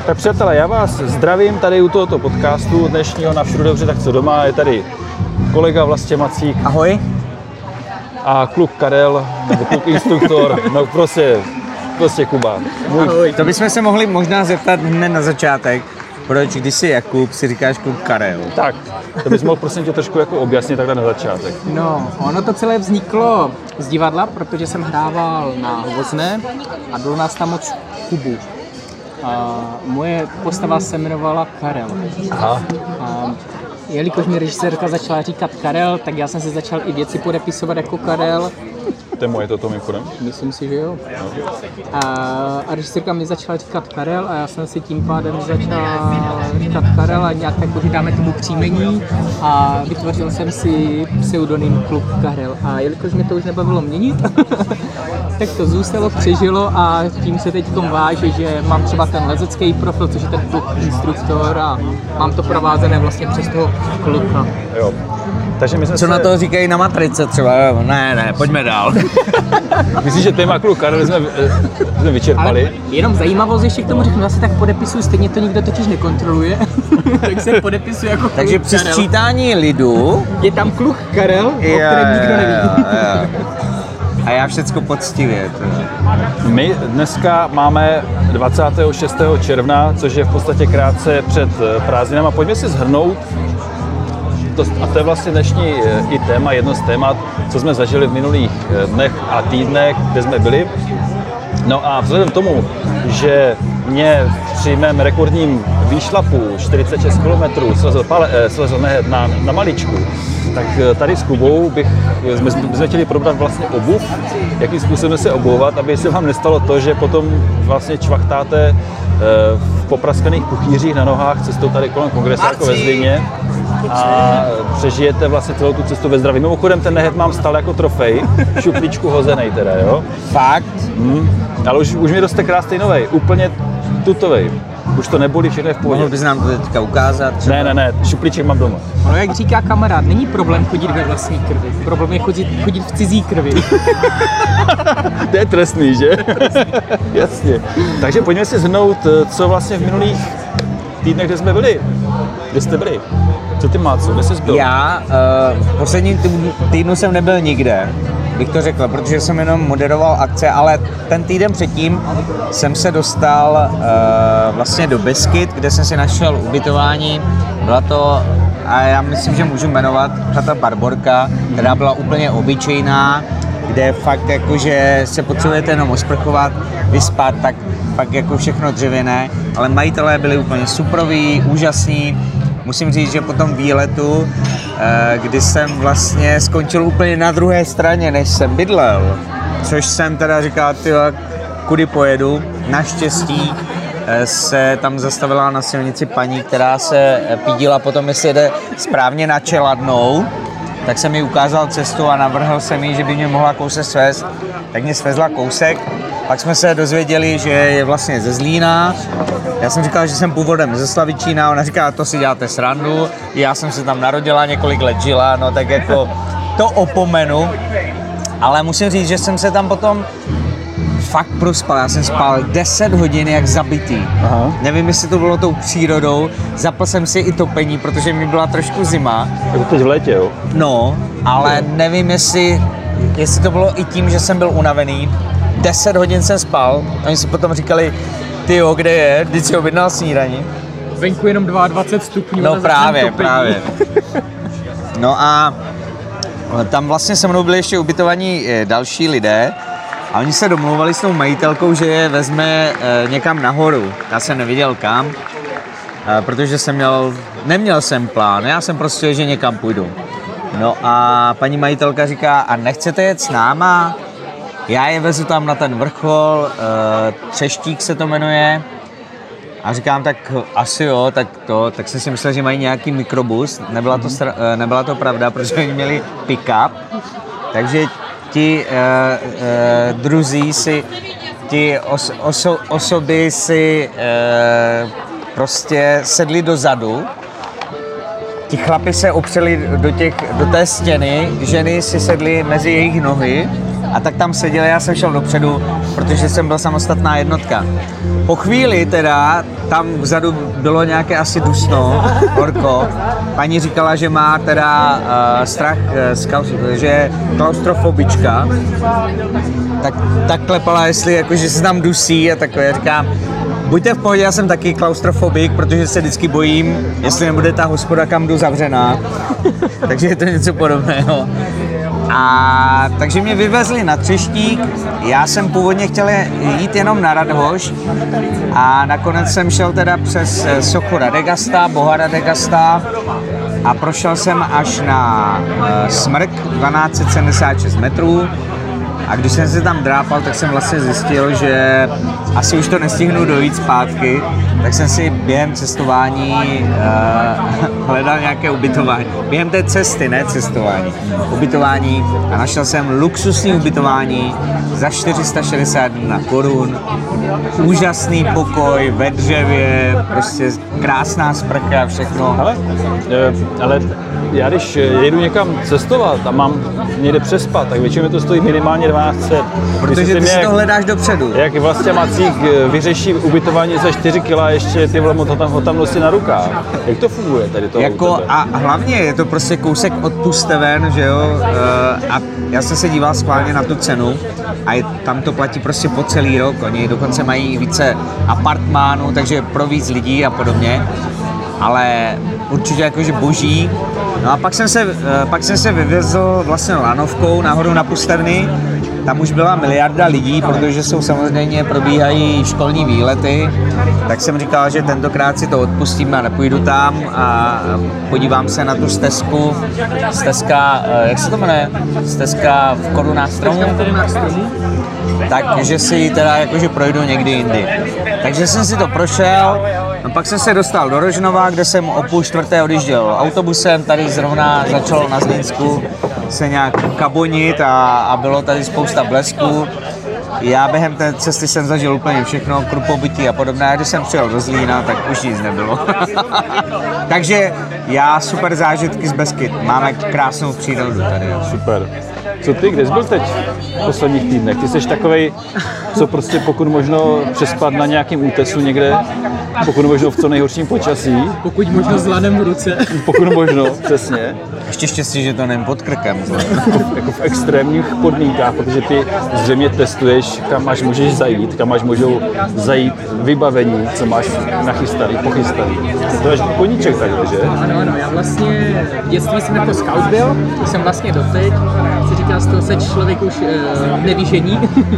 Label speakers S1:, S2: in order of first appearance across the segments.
S1: Tak přátelé, já vás zdravím tady u tohoto podcastu dnešního na Všude dobře, tak co doma. Je tady kolega Vlastě Macík.
S2: Ahoj.
S1: A kluk Karel, nebo kluk instruktor, no prostě Kuba.
S2: Ahoj. To bychom se mohli možná zeptat hned na začátek, proč když jsi Jakub, si říkáš kluk Karel.
S1: Tak, to bys mohl prosím tě trošku jako objasnit takhle na začátek.
S3: No, ono to celé vzniklo z divadla, protože jsem hrával na Hvozné a bylo nás tam moc Kubů. Moje postava se jmenovala Karel.
S1: Aha.
S3: Jelikož mi režisérka začala říkat Karel, tak já jsem se začal i věci podepisovat jako Karel.
S1: To je moje toto mimochodem?
S3: Myslím si, že jo. A režisérka mi začala říkat Karel a já jsem si tím pádem začal říkat Karel a nějak tak dáme tomu příjmení a vytvořil jsem si pseudonym kluk Karel. A jelikož mi to už nebavilo měnit, tak to zůstalo, přežilo a tím se teď váže, že mám třeba ten lezecký profil, což je ten kluk instruktor a mám to provázené vlastně přes toho kluka.
S1: Jo. Takže my jsme
S2: Co na to říkají na matrice třeba? Ne, pojďme dál.
S1: Myslíš, že téma kluk Karel jsme vyčerpali?
S3: Ale jenom zajímavost ještě k tomu řeknu, já se tak podepisuju, stejně to nikdo totiž nekontroluje, tak se podepisuju jako kluk
S2: Takže při
S3: Karel.
S2: sčítání lidu
S3: Je tam kluk Karel, o kterém nikdo neví.
S2: A já všecko poctivě.
S1: My dneska máme 26. června, což je v podstatě krátce před prázdninama. Pojďme si shrnout, a to je vlastně dnešní i téma, jedno z témat, co jsme zažili v minulých dnech a týdnech, kde jsme byli. No a vzhledem k tomu, že mě při mém rekordním výšlapu 46 km slezl nehet na maličku, tak tady s Kubou jsme chtěli probrat vlastně obuv, jakým způsobem se obouvat, aby se vám nestalo to, že potom vlastně čvachtáte v popraskaných puchýřích na nohách cestou tady kolem Kongresáku ve Zlíně a přežijete vlastně celou tu cestu ve zdraví. Mimochodem ten nehet mám stále jako trofej, v šuplíčku hozenej teda, jo?
S2: Fakt?
S1: Ale už mi roste krásný novej, úplně tutovej. Už to nebolí, všechno je v pohodě.
S2: Mohl bys nám to teďka ukázat? Třeba?
S1: Ne, šuplíček mám doma.
S3: No jak říká kamarád, není problém chodit ve vlastní krvi, problém je chodit v cizí krvi.
S1: To je trestný, že? Jasně. Takže pojďme si shrnout, co vlastně v minulých týdnech, kde jsme byli. Kde jste byli? Co ty Máco, kde jsi byl?
S2: Já v posledním týdnu jsem nebyl nikde, bych to řekl, protože jsem jenom moderoval akce, ale ten týden předtím jsem se dostal vlastně do Beskyt, kde jsem si našel ubytování. Byla to, a já myslím, že můžu jmenovat, chata Barborka, která byla úplně obyčejná, kde fakt jakože se potřebujete jenom osprchovat, vyspat, tak fakt jako všechno dřevěné, ale majitelé byli úplně superoví, úžasní. Musím říct, že po tom výletu, kdy jsem vlastně skončil úplně na druhé straně, než jsem bydlel, což jsem teda říkal, kudy pojedu, naštěstí se tam zastavila na silnici paní, která se pídila potom, jestli jede správně na Čeladnou, tak jsem jí ukázal cestu a navrhl jsem jí, že by mě mohla kousek svést, tak mě svezla kousek. Pak jsme se dozvěděli, že je vlastně ze Zlína. Já jsem říkal, že jsem původem ze Slavičína, ona říká, to si děláte srandu. Já jsem se tam narodila, několik let žila, no tak jako to opomenu. Ale musím říct, že jsem se tam potom fakt prospal. Já jsem spal 10 hodin jak zabitý.
S1: Aha.
S2: Nevím, jestli to bylo tou přírodou. Zapl jsem si i topení, protože mi byla trošku zima.
S1: Jako teď v létě, jo?
S2: No, ale nevím, jestli to bylo i tím, že jsem byl unavený. 10 hodin jsem spal, oni si potom říkali, tyjo, kde je, vždyť si objednal snídani.
S3: Venku jenom 22 stupňů.
S2: No právě. No a tam vlastně se mnou byli ještě ubytovaní další lidé a oni se domlouvali s tou majitelkou, že je vezme někam nahoru. Já jsem nevěděl kam, protože neměl jsem plán, já jsem prostě, že někam půjdu. No a paní majitelka říká, a nechcete jet s náma? Já je vezu tam na ten vrchol, Třeštík se to jmenuje. A říkám, tak asi jo, tak jsem si myslel, že mají nějaký mikrobus. Nebyla to pravda, protože oni měli pick-up. Takže ti druzí si, ti osoby si prostě sedli dozadu. Ti chlapi se opřeli do té stěny, ženy si sedly mezi jejich nohy a tak tam seděli, já jsem šel dopředu protože jsem byl samostatná jednotka. Po chvíli teda, tam vzadu bylo nějaké asi dusno, horko. Paní říkala, že má teda strach že je klaustrofobička. Tak klepala, jestli jakože se tam dusí a takové. Říkám, buďte v pohodě, já jsem taky klaustrofobik, protože se vždycky bojím, jestli nebude ta hospoda, kam jdu, zavřená. Takže je to něco podobného. A takže mě vyvezli na Třeštík, já jsem původně chtěl jít jenom na Radhoš a nakonec jsem šel teda přes sochu Radegasta, boha Radegasta a prošel jsem až na Smrk, 1276 metrů. A když jsem se tam drápal, tak jsem vlastně zjistil, že asi už to nestihnu dojít zpátky, tak jsem si během cestování hledal nějaké ubytování. Během té cesty, ne cestování, ubytování a našel jsem luxusní ubytování za 461 korun. Úžasný pokoj ve dřevě, prostě krásná sprcha a všechno.
S1: Ale já když jedu někam cestovat a mám někde přespat, tak většinou to stojí minimálně 1200.
S2: Protože ty si to hledáš dopředu.
S1: Jak vlastně Macík vyřeší ubytování za 4 kg a ještě ty vole ho tam nosí na rukách. Jak to funguje tady to?
S2: Jako, a hlavně je to prostě kousek od Pusteven, že jo, a já jsem se díval schválně na tu cenu a tam to platí prostě po celý rok, oni dokonce mají více apartmánů, takže pro víc lidí a podobně, ale určitě jakože boží. No a pak jsem se vyvezl vlastně lanovkou nahoru na Pustevny. Tam už byla miliarda lidí, protože jsou samozřejmě probíhají školní výlety. Tak jsem říkal, že tentokrát si to odpustím a nepůjdu tam a podívám se na tu stezku. Stezka, jak se to jmenuje? Stezka v korunách stromů. Takže si ji teda jakože projdu někdy jindy. Takže jsem si to prošel. No pak jsem se dostal do Rožnova, kde jsem o 3:30 odjížděl autobusem, tady zrovna začalo na Zlínsku se nějak kabonit a bylo tady spousta blesků. Já během té cesty jsem zažil úplně všechno, krupobytí a podobné, a když jsem přijel do Zlína, tak už nic nebylo. Takže já super zážitky z Beskyt, máme krásnou přírodu tady.
S1: Super. Co ty, kde jsi byl teď v posledních týdnech? Ty jsi takovej, co prostě pokud možno přespat na nějakém útesu někde, pokud možno v co nejhorším počasí.
S3: Pokud možno s lanem v ruce.
S1: Pokud možno, přesně.
S2: Ještě štěstí, že to nevím pod krkem.
S1: Jako v extrémních podmínkách, protože ty zřejmě testuješ, kam až můžeš zajít, kam až můžou zajít vybavení, co máš nachystaný, pochystaný. To je koníček takhle, že?
S3: Ano, já vlastně v dětství jsem jako scout byl, jsem vlastně doteď, si říkal, z toho se člověk už nevyžení,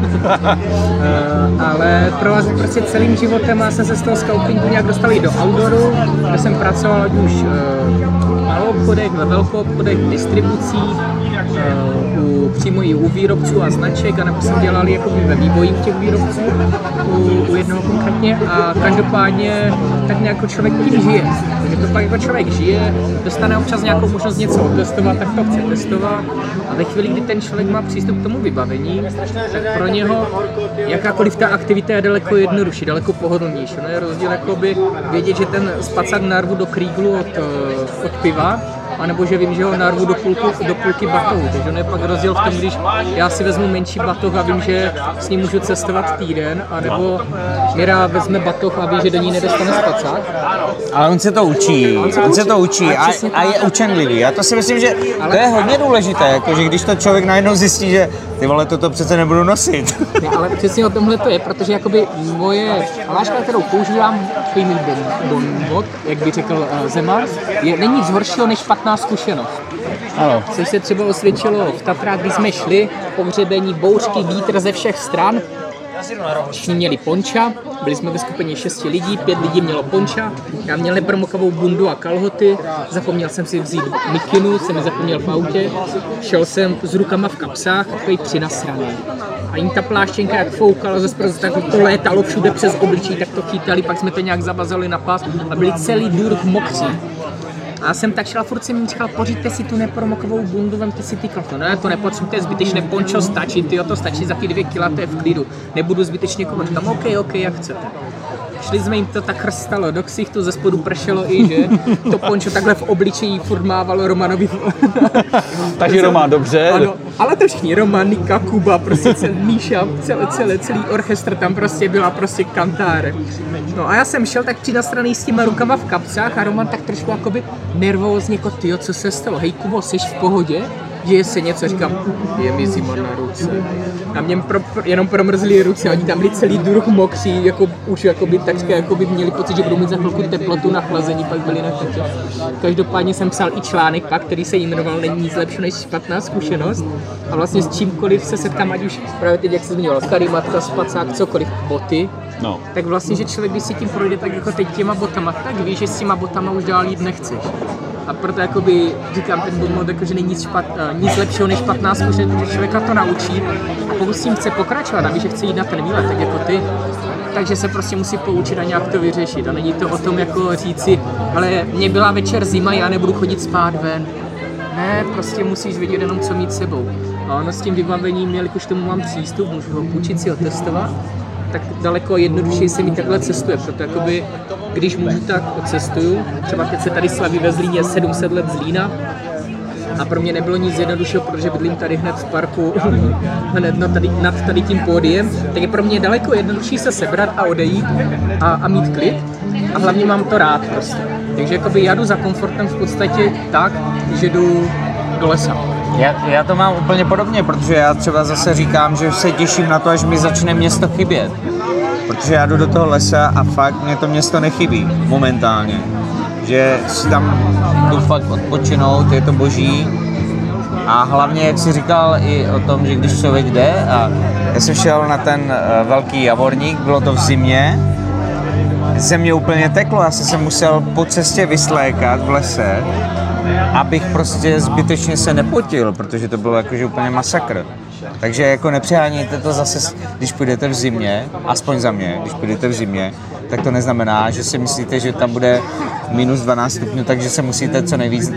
S3: ale provázím prostě celým životem a jsem se z toho scoutingu nějak dostal i do outdooru, kde jsem pracoval ať už v malou obchodech, ve velkou obchodech, v distribucích, přímo i u výrobců a značek, anebo jsem dělal jakoby ve vývoji u těch výrobců, u jednoho konkrétně a každopádně tak nějak člověk tím žije. Takže to pak jako člověk žije, dostane občas nějakou možnost něco otestovat, tak to chce testovat a ve chvíli, kdy ten člověk má přístup k tomu vybavení, tak pro něho jakákoliv ta aktivita je daleko jednodušší, daleko pohodlnější. No je rozdíl jakoby vědět, že ten spacák narvu do krýglu od piva, anebo že vím, že ho narvu do půlky batohu, takže on je pak rozdíl v tom, když já si vezmu menší batoh a vím, že s ním můžu cestovat týden, anebo Mira vezme batoh a ví, že do ní nedostane spacák.
S2: Ale on se to učí a je učenlivý. Já to si myslím, že to je hodně důležité, jakože když to člověk najednou zjistí, že ty vole, toto přece nebudu nosit.
S3: Ne, ale přesně o tomhle to je, protože jakoby moje hláška, kterou používám, takový bonmot, jak by řekl Zeman, není nic horšího než špatná zkušenost.
S1: Ano.
S3: Což se třeba osvědčilo v Tatrách, když jsme šli, pohřebení, bouřky, vítr ze všech stran. Všichni měli ponča, byli jsme ve skupině 6 lidí, 5 lidí mělo ponča, já měl nepromokavou bundu a kalhoty, zapomněl jsem si vzít mikinu, jsem ji zapomněl v autě, šel jsem s rukama v kapsách, takový přinasraný. A jim ta pláštěnka jak foukala ze zprvu, tak to létalo všude přes obličí, tak to chytali, pak jsme to nějak zavazali na pás a byli celý důrk mokří. A já jsem tak šel a furt jsem jim říkal, pořiďte si tu nepromokovou bundu, vemte si ty kalhoty. Ne, to nepotřebuji, to je zbytečné, pončo stačí, tyjo, to stačí za ty 2 kila, to je v klidu. Nebudu zbytečně kovat. Říkám, OK, jak chcete. šli jsme jim to tak chrstalo do ksichtu, ze spodu pršelo i, že to pončo takhle v obličeji furt mávalo Romanovi.
S1: Takže Roman, dobře.
S3: Ano, ale to všichni, Roman, Nika, Kuba, prostě Míša, celý orchestr tam prostě byla prostě kantáre. No a já jsem šel tak přinastraný s těma rukama v kapsách a Roman tak trošku jakoby nervózně, jako tyjo, co se stalo, hej Kubo, jsi v pohodě? Děje se něco, říkám, je mi zima na ruce. A mě jenom promrzly ruce, oni tam byli celý druh mokří, jako už jakoby, takřka jakoby měli pocit, že budou mít za chvilku teplotu na chlazení, pak byli na chatě. Každopádně jsem psal i článek pak, který se jmenoval Není nic lepšího než špatná zkušenost. A vlastně s čímkoliv se setkám, ať už právě teď, jak se zmiňoval, starý matka, spacák, cokoliv, boty,
S1: no.
S3: Tak vlastně, že člověk, když si tím projde tak jako teď těma botama, tak ví, že s těma botama už dál jít nechceš. A proto jakoby říkám ten bod, jako, že není nic lepšího než špatná zkušenost, že člověka to naučí. A pokud s tím chce pokračovat a ví, že chce jít na ten výlet, tak jako ty, takže se prostě musí poučit a nějak to vyřešit. A není to o tom jako říci, ale mě byla večer zima, já nebudu chodit spát ven. Ne, prostě musíš vědět jenom, co mít sebou. A ono s tím vybavením, jelikož tomu mám přístup, můžu ho půjčit si, otestovat, tak daleko jednodušeji se mi takhle cestuje, proto jakoby, když můžu, tak odcestuju. Třeba teď se tady slaví ve Zlíně 700 let Zlína a pro mě nebylo nic jednoduššího, protože bydlím tady hned v parku, hned nad tady tím pódiem, tak je pro mě daleko jednodušší se sebrat a odejít a mít klid a hlavně mám to rád prostě. Takže jakoby já jdu za komfortem v podstatě tak, že jdu do lesa.
S2: Já to mám úplně podobně, protože já třeba zase říkám, že se těším na to, až mi začne město chybět. Protože já jdu do toho lesa a fakt mě to město nechybí momentálně. Že si tam jdu fakt odpočinout, je to boží. A hlavně, jak jsi říkal i o tom, že když člověk jde, a já jsem šel na ten velký Javorník, bylo to v zimě, se mě úplně teklo, já jsem se musel po cestě vyslékat v lese, abych prostě zbytečně se nepotil, protože to bylo jakože úplně masakr. Takže jako nepřehánějte to zase, když půjdete v zimě, aspoň za mě, když půjdete v zimě, tak to neznamená, že si myslíte, že tam bude minus 12 stupňů, takže se musíte co nejvíc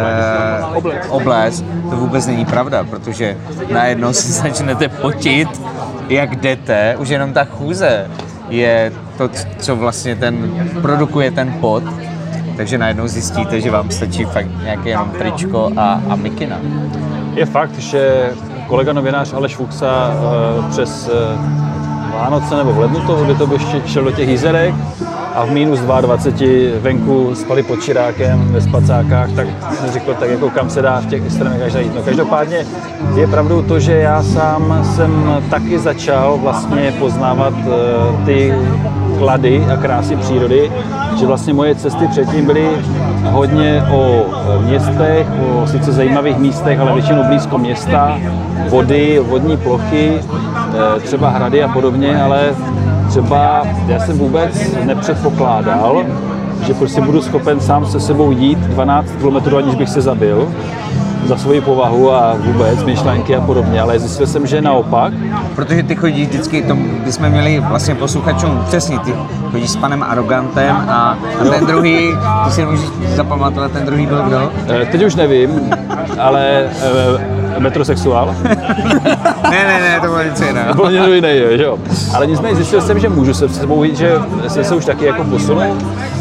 S2: obléct. To vůbec není pravda, protože najednou se začnete potit, jak jdete, už jenom ta chůze je to, co vlastně produkuje ten pot. Takže najednou zjistíte, že vám stačí fakt nějaké jenom tričko a mikina.
S1: Je fakt, že kolega novinář Aleš Fuchsa přes Vánoce nebo v lednu to ještě šel do těch jízerek a v minus 22 venku spali pod čirákem ve spacákách, tak jsem řekl, tak jako kam se dá v těch extrémech až zajít. No každopádně je pravdou to, že já sám jsem taky začal vlastně poznávat ty klady a krásy přírody, že vlastně moje cesty předtím byly hodně o městech, o sice zajímavých místech, ale většinou blízko města, vody, vodní plochy, třeba hrady a podobně, ale třeba já jsem vůbec nepředpokládal, že prostě budu schopen sám se sebou jít 12 km, aniž bych se zabil za svoji povahu a vůbec myšlenky a podobně, ale zjistil jsem, že naopak.
S2: Protože ty chodíš vždycky, když jsme měli vlastně posluchačům přesně, ty chodíš s panem Arogantem a ten druhý, ty si nemůžeš zapamatovat, ten druhý byl kdo?
S1: Teď už nevím, ale metrosexuál.
S2: ne, to bylo něco jiného.
S1: Bylo něco jiného, jo. Ale nicméně zjistil jsem, že můžu se sebou jít, že jsem se už taky jako posunul,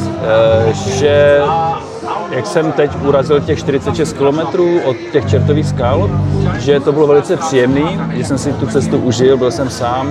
S1: že jak jsem teď urazil těch 46 km od těch Čertových skal, že to bylo velice příjemný, že jsem si tu cestu užil, byl jsem sám,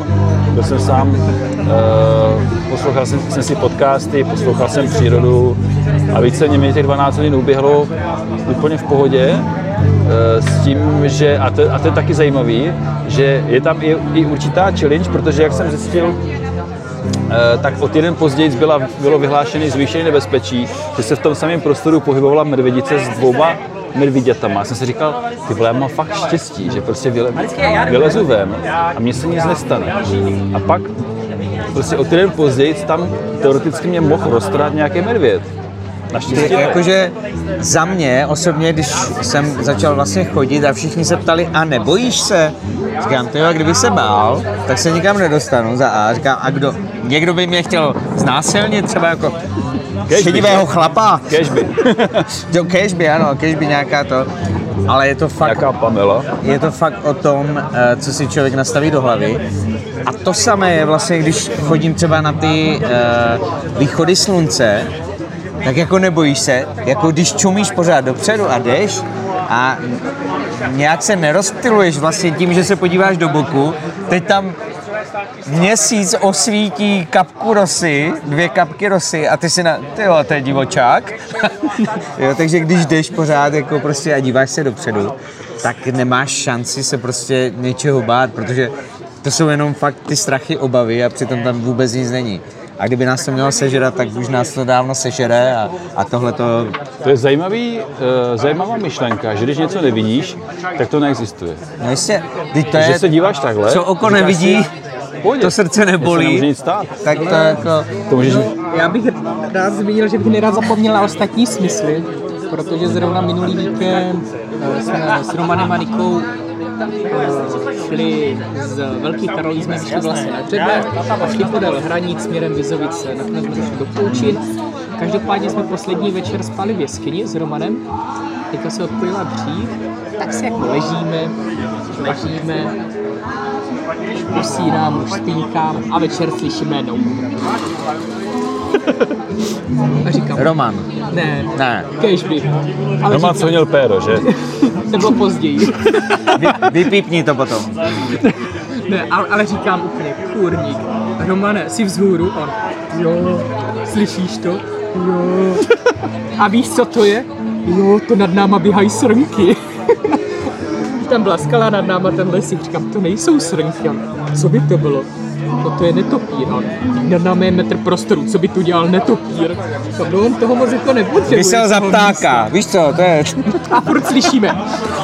S1: poslouchal jsem si podcasty, poslouchal jsem přírodu a víceméně mě těch 12 hodin uběhlo úplně v pohodě, s tím, že, a to je taky zajímavý, že je tam i určitá challenge, protože jak jsem zjistil, tak o týden později bylo vyhlášené zvýšené nebezpečí, že se v tom samém prostoru pohybovala medvědice s 2 medvědětama. Já jsem si říkal, ty vole, já mám fakt štěstí, že prostě vylezu ven a mně se nic nestane. A pak prostě o týden později tam teoreticky mě mohl roztrhat nějaký medvěd. Naštěstí
S2: jakože za mě osobně, když jsem začal vlastně chodit a všichni se ptali, a nebojíš se? Říkám, tyjo, kdybych se bál, tak se nikam nedostanu za A. Říkám, a kdo? Někdo by mě chtěl znásilnit, třeba jako šedivého chlapa.
S1: Cashby.
S2: Cashby, ano, Cashby nějaká to. Ale je to fakt...
S1: Nějaká Pamela.
S2: Je to fakt o tom, co si člověk nastaví do hlavy. A to samé je vlastně, když chodím třeba na ty východy slunce, tak jako nebojíš se, jako když čumíš pořád dopředu a jdeš a nějak se nerozptyluješ vlastně tím, že se podíváš do boku, teď tam měsíc osvítí kapku rosy, 2 kapky rosy a ty si tyjo, to je divočák. Jo, takže když jdeš pořád jako prostě a díváš se dopředu, tak nemáš šanci se prostě něčeho bát, protože to jsou jenom fakt ty strachy, obavy a přitom tam vůbec nic není. A kdyby nás to mělo sežrat, tak už nás to dávno sežere a tohle to...
S1: To je zajímavá myšlenka, že když něco nevidíš, tak to neexistuje.
S2: No jistě, to je...
S1: Že se díváš takhle,
S2: co oko nevidí, to srdce nebolí.
S1: To nemůže nic stát.
S2: Tak to jako...
S1: To můžeš...
S3: Já bych rád zmínil, že bych nerad zapomněl na ostatní smysly, protože zrovna minulý víkend jsme s Romanem a Nikou šli z Velkých Karolí, jsme šli vlastně na hřeben a šli podél hranic směrem Vizovice, nakonec jsme šli do Poučin. Každopádně jsme poslední večer spali v jeskyni s Romanem, teďka se odpojila bříh, tak si jako ležíme, usínám, už spínkám a večer slyšíme jednou. A říkám,
S2: Roman.
S3: Ne. Kežby.
S1: Roman co měl péro, že?
S3: To bylo později.
S2: Vypípni to potom.
S3: Ne, ale říkám úplně, kurník. Romane, jsi vzhůru? On, jo, slyšíš to? Jo. A víš, co to je? Jo, to nad náma běhají srnky. Tam byla skala nad náma, ten lesík. Říkám, to nejsou srnky. Co by to bylo? No to je netopír. Nad námi je metr prostoru, co by tu dělal netopír? No on toho moc jako nepotřebuje.
S2: Vysel za ptáka, víš co, to je...
S3: A furt slyšíme.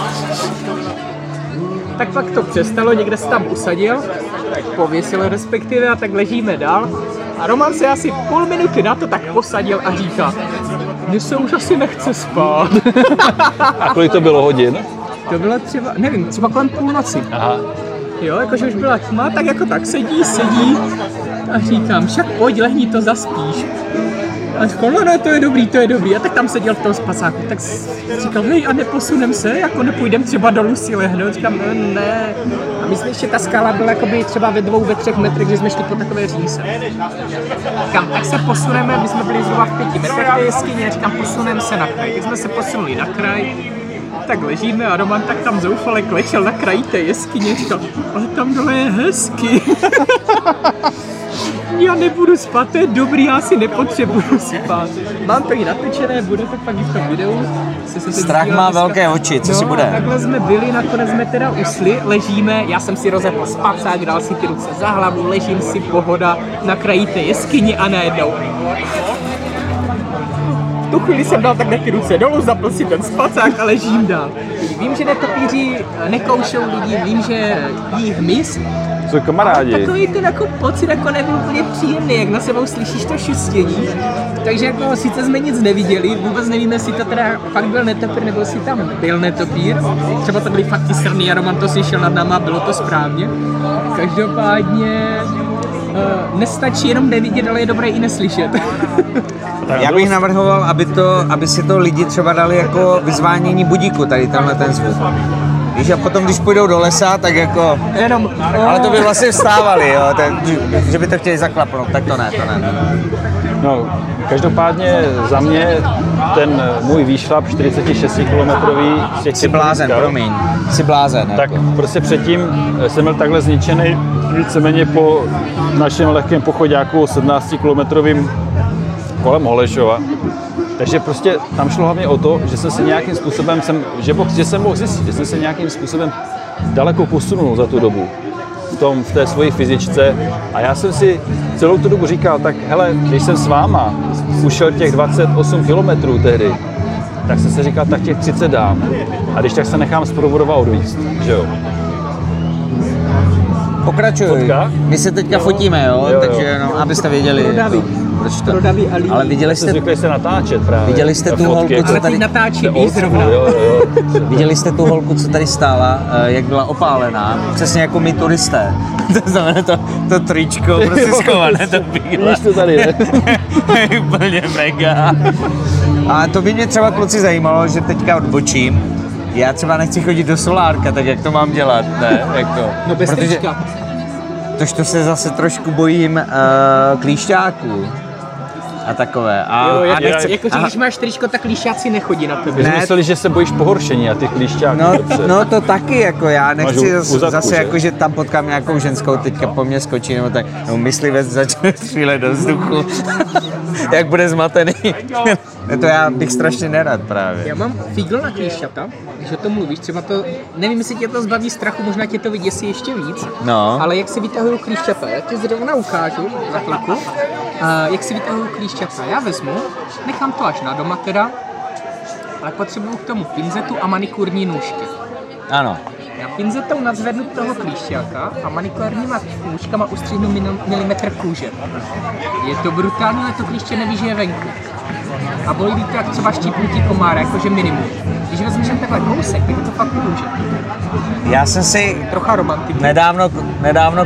S3: Tak pak to přestalo, někde se tam usadil, pověsil respektive a tak ležíme dál. A Roman se asi půl minuty na to tak posadil a říká, mně se už asi nechce spát.
S1: A kolik to bylo hodin?
S3: To bylo třeba, nevím, třeba kolem půlnoci.
S1: Aha.
S3: Jo, jakože už byla tma, tak jako tak sedí a říkám, však pojď, lehni, to zaspíš. A říkal, no, to je dobrý. A tak tam seděl v tom spacáku, tak říkal, hej, a neposunem se, jako nepůjdem třeba dolů si lehnout. Říkám, no, ne. A myslím, že ta skála byla jakoby třeba ve 2, ve 3 metrech, že jsme šli po takové římse. Říkám, tak se posuneme, my jsme byli zhruba v 5 metrech té jeskyně, říkám, posuneme se na kraj. Když jsme se posunuli na kraj, tak ležíme a Roman tak tam zoufale klečel na kraji té jeskyně, říkal, ale tam dole je hezky. Já nebudu spát, to je dobrý, já si nepotřebuju spát. Mám to i natočené, bude to pak i v tom videu.
S2: Strach má velké oči, co si bude?
S3: Takhle jsme byli, nakonec jsme teda usli, ležíme, já jsem si rozepl spacák, dal si ty ruce za hlavu, ležím si, pohoda na kraji té jeskyni a najednou. V tu chvíli jsem dal takhle ty ruce dolů, zapl si ten spacák a ležím dál. Vím, že netopíři nekoušou lidi, vím, že jí hmyz.
S1: Jsou kamarádi.
S3: Takový ten jako pocit jako nebyl úplně příjemný, jak na sebou slyšíš to šustění. Takže jako sice jsme nic neviděli, vůbec nevíme, jestli to teda fakt byl netopír, nebo jestli tam byl netopír. Třeba to byly fakt ty srny a Roman to slyšel nad náma, bylo to správně. Každopádně nestačí jenom nevidět, ale je dobré i neslyšet.
S2: Já bych navrhoval, aby si to lidi třeba dali jako vyzvánění budíku, tady tenhle ten zvuk. Víš, a potom, když půjdou do lesa, tak jako...
S3: Jenom...
S2: Ale to by vlastně vstávali, jo, že by to chtěli zaklapnout, tak to ne.
S1: No, každopádně za mě ten můj výšlap 46kilometrový z těch...
S2: Jsi blázen, promiň. Jsi blázen.
S1: Tak
S2: jako.
S1: prostě předtím jsem byl takhle zničený víceméně po našem lehkém pochoďáku 17kilometrovým kolem Holešova. Takže prostě tam šlo hlavně o to, že jsem se nějakým způsobem, že jsem mohl zjistit, že jsem se nějakým způsobem daleko posunul za tu dobu v té svojí fyzičce a já jsem si celou tu dobu říkal, tak hele, když jsem s váma ušel těch 28 kilometrů tehdy, tak jsem si říkal, tak těch 30 dám a když tak se nechám zprovodovat odvízt, že jo.
S2: Pokračuj. My se teďka fotíme, jo? Takže no, abyste věděli. Ale viděli jste...
S1: Zvykli se natáčet právě.
S2: Viděli jste tu holku, co tady... Viděli jste tu holku, co tady stála, jak byla opálená, přesně jako my turisté. To znamená to tričko, prostě schované, to bílé.
S1: Víš to tady, ne?
S2: Úplně mega. A to by mě třeba kluci zajímalo, že teďka odbočím. Já třeba nechci chodit do solárka, tak jak to mám dělat, ne? Jako,
S3: no bez trička.
S2: tož se zase trošku bojím klíšťáků a takové.
S3: Jakože když máš tričko, tak klíšťáci nechodí na tebe.
S1: My jsme mysleli, že se bojíš pohoršení a ty klíšťáky.
S2: No to taky, jako já nechci
S1: u zadku,
S2: zase
S1: že?
S2: jako, že tam potkám nějakou ženskou, teďka po mně skočí, nebo tak, no myslivec začne střílet do vzduchu, jak bude zmatený. To já bych strašně nerad právě.
S3: Já mám fígl na klíšťata, když o tom mluvíš, třeba to, nevím, jestli tě to zbaví strachu, možná tě to vyděsí ještě víc,
S2: No.
S3: ale jak si vytahují klíšťata, já ti zrovna ukážu za chvilku, jak si vytahují klíšťata, já vezmu, nechám to až na doma teda, ale potřebuju k tomu pinzetu a manikurní nůžky.
S2: Ano.
S3: Já pinzetou nadzvednu toho klíšťáka a manikurníma nůžkama ustřihnu milimetr kůže. Je to brutální, ale to klíště neví, že je venku. A bolí to jak třeba štípnutí komára, jakože minimum. Když vezmeš jen takhle kousek, tak je to fakt kůže.
S2: Já jsem si
S3: Trocha romantiky.
S2: nedávno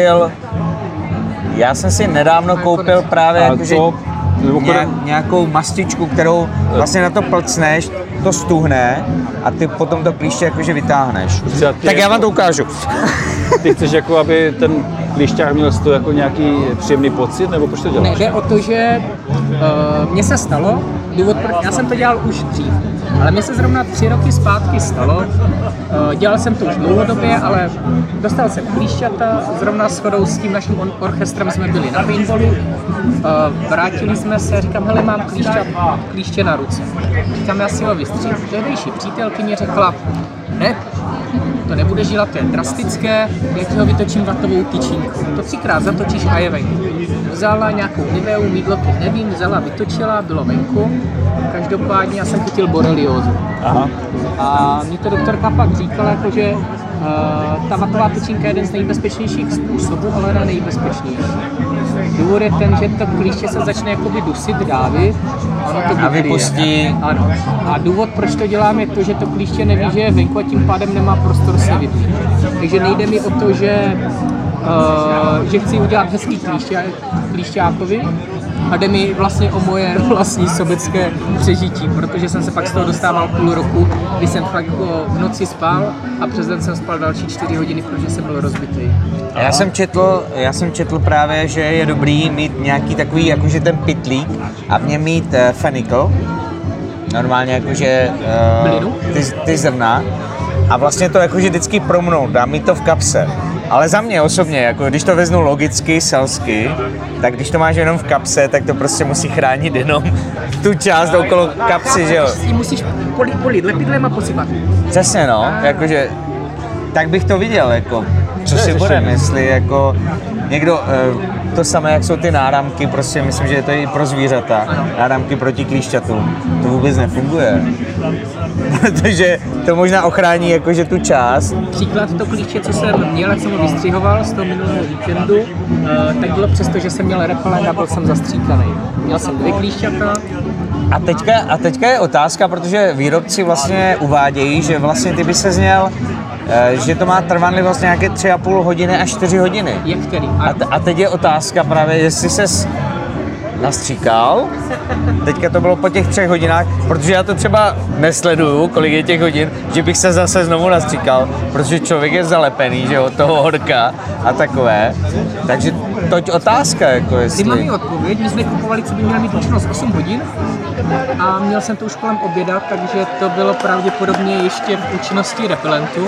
S2: koupil právě jakože nějakou mastičku, kterou vlastně na to plcneš, to stuhne a ty potom to klíště jakože vytáhneš. Tak já vám to ukážu.
S1: Ty chceš jako, aby ten klíšťák měl z toho jako nějaký příjemný pocit, nebo proč to děláš?
S3: Ne, jde o to, že mně se stalo, já jsem to dělal už dřív, ale mně se zrovna 3 roky zpátky stalo, dělal jsem to už dlouhodobě, ale dostal jsem klíšťata, zrovna shodou s tím naším orchestrem jsme byli na paintballu, vrátili jsme se, říkám, hele, mám klíště na ruce. Říkám, já si ho vystřihnu. Tehdejší přítelkyně řekla, ne, to nebude žílat, to je drastické, já ti ho vytočím vatovou tyčínkou. To 3krát zatočíš a je venku. Vzala nějakou Niveu, mýdlo, nevím, vzala, vytočila, bylo venku. Každopádně já jsem chytil boreliózu.
S1: Aha.
S3: A mě to doktorka pak říkala, jako, že ta vatová tyčinka je jeden z nejbezpečnějších způsobů, ale ne nejbezpečnější. Důvod je ten, že to klíště se začne jakoby dusit, dávit, ono to
S2: vypustí.
S3: Ano. A důvod, proč to dělám, je to, že to klíště neví, že je venku a tím pádem nemá prostor se vypít. Takže nejde mi o to, že chci udělat hezký klíšťákovi, a jde mi vlastně o moje vlastní sobecké přežití, protože jsem se pak z toho dostával půl roku, kdy jsem fakt jako v noci spal a přes den jsem spal další 4 hodiny, protože jsem byl rozbitý.
S2: Já jsem četl právě, že je dobrý mít nějaký takový, jakože ten pytlík a v něm mít fenikl, normálně jakože ty zrna a vlastně to jakože vždycky promnout, dám mít to v kapse. Ale za mě osobně, jako když to veznu logicky, selsky, tak když to máš jenom v kapse, tak to prostě musí chránit jenom tu část okolo kapsy, že jo?
S3: Musíš polít lepidlem a posypat.
S2: Přesně no, jakože, tak bych to viděl, jako, co si budeme, jestli jako někdo, to samé, jak jsou ty náramky, prostě myslím, že je to i pro zvířata, náramky proti klíšťatům, to vůbec nefunguje. Protože to možná ochrání jakože tu část.
S3: Příklad to klíště, co jsem měl, jak jsem ho vystřihoval z toho minulého víkendu, tak bylo přesto, že jsem měl repelent a byl jsem zastříkaný. Měl jsem 2 klíšťata.
S2: A teďka je otázka, protože výrobci vlastně uvádějí, že vlastně ty by se měl, že to má trvanlivost nějaké 3,5 hodiny až 4 hodiny.
S3: Jak který?
S2: A teď je otázka právě, jestli ses nastříkal, teďka to bylo po těch 3 hodinách, protože já to třeba nesleduju, kolik je těch hodin, že bych se zase znovu nastříkal, protože člověk je zalepený, že od toho horka a takové. Takže toť otázka, jako jestli...
S3: Ty máme odpověď, my jsme kupovali, co by měl mít účinnost 8 hodin a měl jsem to už kolem oběda, takže to bylo pravděpodobně ještě v účinnosti repelentu.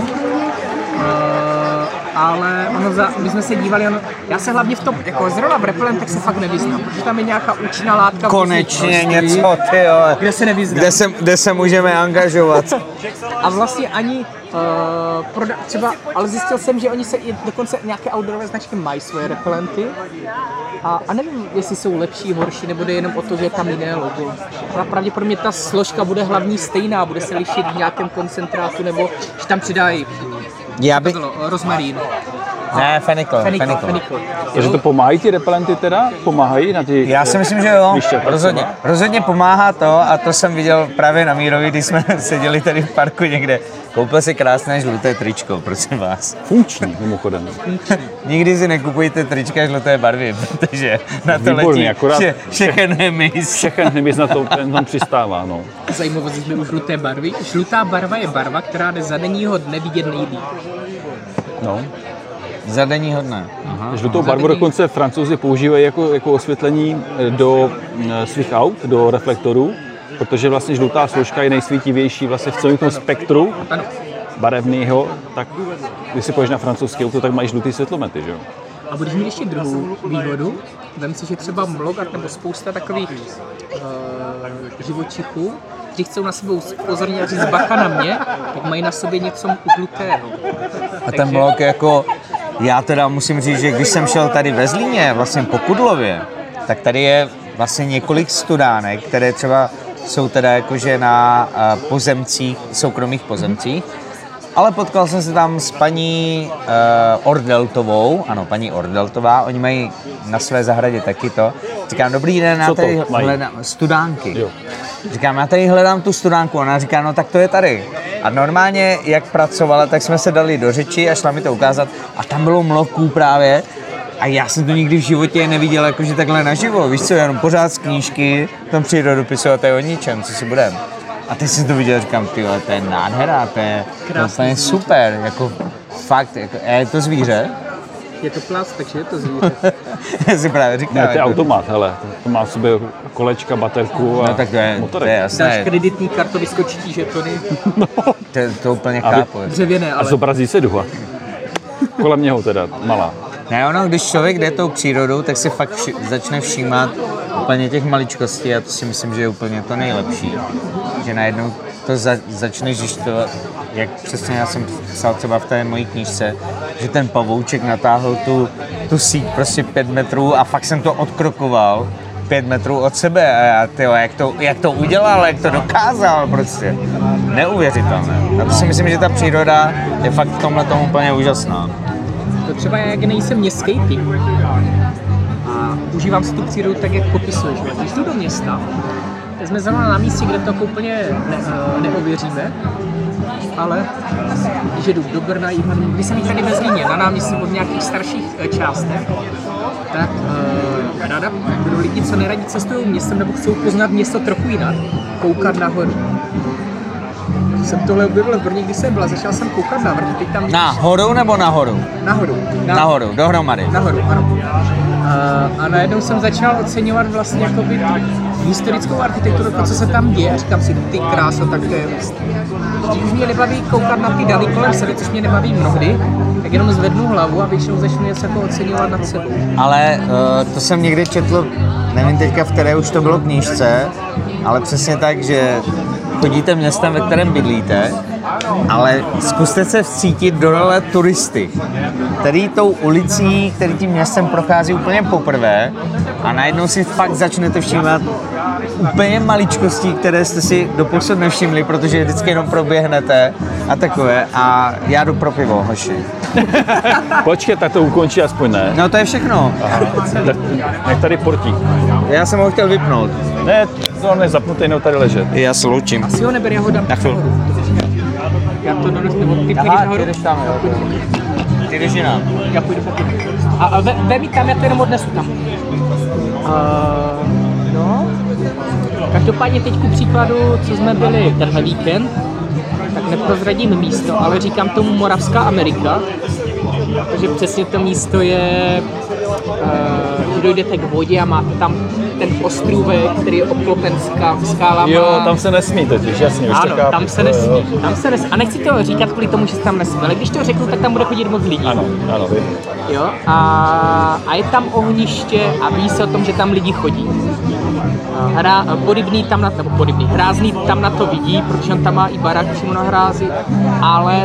S3: Ale my jsme se dívali, já se hlavně v tom, jako zrovna v repelentech se fakt nevyznám, protože tam je nějaká účinná látka.
S2: Konečně něco, tyjo,
S3: kde se nevyznám.
S2: Kde se můžeme angažovat.
S3: A vlastně ani třeba, ale zjistil jsem, že oni se i dokonce nějaké outdoorové značky mají svoje repelenty a nevím, jestli jsou lepší, horší, nebo jde jenom o to, že je tam jiné logo. A pravděpodobně ta složka bude hlavní stejná, bude se lišit v nějakém koncentrátu, nebo že tam přidají rozmarín.
S2: Ne, fenikl.
S1: Takže to pomáhají ty repelenty teda? Pomáhají na ty...
S2: Já si myslím, že jo, rozhodně pomáhá to a to jsem viděl právě na Mírovi, když jsme seděli tady v parku někde. Koupil si krásné žluté tričko, prosím vás.
S1: Funkční, mimochodem.
S2: Nikdy si nekupujte trička žluté barvy, protože na to
S1: výborný,
S2: letí všechen hmyz.
S1: Všechen hmyz na to tam přistává, no.
S3: Zajímavost, že jsme u žluté barvy. Žlutá barva je barva, která jde za denního dne vidět nejlíp.
S1: No.
S2: Za denní hodné.
S1: Žlutou barvu dokonce Francouzi používají jako osvětlení do svých aut, do reflektorů, protože vlastně žlutá složka je nejsvítivější vlastně v celém tom spektru barevného, tak když si poješ na francouzské auto, tak mají žlutý světlomety, že jo?
S3: A budeš mít ještě druhou výhodu. Vem si, že třeba Mlogat nebo spousta takových živočichů, kteří chcou na sebe upozornit a říct bacha na mě, tak mají na sobě něco žlutého.
S2: A ten blok jako, já teda musím říct, že když jsem šel tady ve Zlíně, vlastně po Kudlově, tak tady je vlastně několik studánek, které třeba jsou teda jakože na pozemcích, soukromých pozemcích, ale potkal jsem se tam s paní Ordeltovou, ano, paní Ordeltová, oni mají na své zahradě taky to. Říkám, dobrý den, já tady hledám studánky. Jo. Říkám, já tady hledám tu studánku, ona říká, no tak to je tady. A normálně, jak pracovala, tak jsme se dali do řeči a šla mi to ukázat a tam bylo mloků právě. A já jsem to nikdy v životě neviděl jakože takhle naživo, víš co, jenom pořád z knížky, tam přírodopisu a to je o ničem, co si budem. A teď jsem to viděl, říkám, tyhle, to je nádhera, to je úplně super, jako fakt, jako, je to zvíře?
S3: Je to plast, takže je to zvíře.
S2: Já si právě říkám.
S1: Ne, to je automat, hele, to má v sobě kolečka, baterku a
S2: no, tak to je jasné.
S3: Dáš kreditní kartu, vyskočí ti žetony.
S2: No. To úplně chápu.
S3: Dřevěné, ale...
S1: A zobrazí se duha. Kolem něho teda, malá.
S2: Ne, ono, když člověk jde tou přírodou, tak si fakt začne všímat úplně těch maličkostí a to si myslím, že je úplně to nejlepší. Že najednou to začneš zjišťovat, jak přesně já jsem psal třeba v té mojí knížce, že ten pavouček natáhl tu síť prostě 5 metrů a fakt jsem to odkrokoval 5 metrů od sebe a já, tyjo, jak to udělal, jak to dokázal prostě. Neuvěřitelné. A to si myslím, že ta příroda je fakt v tomhle tomu úplně úžasná.
S3: To třeba já, jak nejsem městský typ a užívám si tu přírodu tak, jak popisuješ. Když jdu do města, tak jsme zrovna na místě, kde to úplně neověříme, ale když jdu do Brna, když jsem tady ve Zlíně, na náměstí od nějakých starších částech, tak ráda pro lidi, co neradí cestují městem nebo chcou poznat město trochu jinak, koukat nahoru. Jsem tohle objevil v Brně, když jsem byla, začal jsem koukat na vrch, teď tam...
S2: Nahoru nebo nahoru?
S3: Nahoru.
S2: Nahoru, dohromady.
S3: Nahoru, ano. A najednou jsem začal oceňovat vlastně jakoby historickou architekturu, to, co se tam děje, a říkám si, ty krása, tak to je vlastně. Když už mě nebaví koukat na ty daly kolem sebe, což mě nebaví mnohdy, tak jenom zvednu hlavu a většinou začnu něco jako oceňovat nad sebou.
S2: Ale to jsem někdy četl, nevím teďka, v které už to bylo knížce, ale přesně tak, že chodíte městem, ve kterém bydlíte, ale zkuste se vcítit do role turisty, který tou ulicí, který tím městem prochází úplně poprvé a najednou si fakt začnete všímat úplně maličkostí, které jste si doposud nevšimli, protože vždycky jenom proběhnete a takové a já jdu pro pivo, hoši.
S1: Počkej, tak to ukončí aspoň, ne?
S2: No to je všechno.
S1: Nech tady portí.
S2: Já jsem ho chtěl vypnout.
S1: Ne, to nezapnutý, jenom tady ležet.
S2: Já se loučím.
S3: Asi ho neber, já ho dám nahoru. Já to donesu, nebo ty půjdeš nahoru?
S2: Ty jdeš tam, jo. Ty jdeš jinam.
S3: Já půjdu pokud. A vem tam, já to jenom odnesu tam. No. Každopádně teď ku příkladu, co jsme byli tenhle víkend, tak neprozradím místo, ale říkám tomu Moravská Amerika, protože přesně to místo je, že dojdete k vodě a máte tam ten ostrůvek, který je obklopen skálama.
S1: Jo, tam se nesmí totiž, jasně, už
S3: ano,
S1: to chápu.
S3: tam se nesmí. A nechci to říkat kvůli tomu, že se tam nesmí, ale když to řeknu, tak tam bude chodit moc lidí.
S1: Ano,
S3: jo, a je tam ohniště a ví se o tom, že tam lidi chodí. Podivný tam na to, Hrázný tam na to vidí, protože on tam má i barák přímo na Hrázi, ale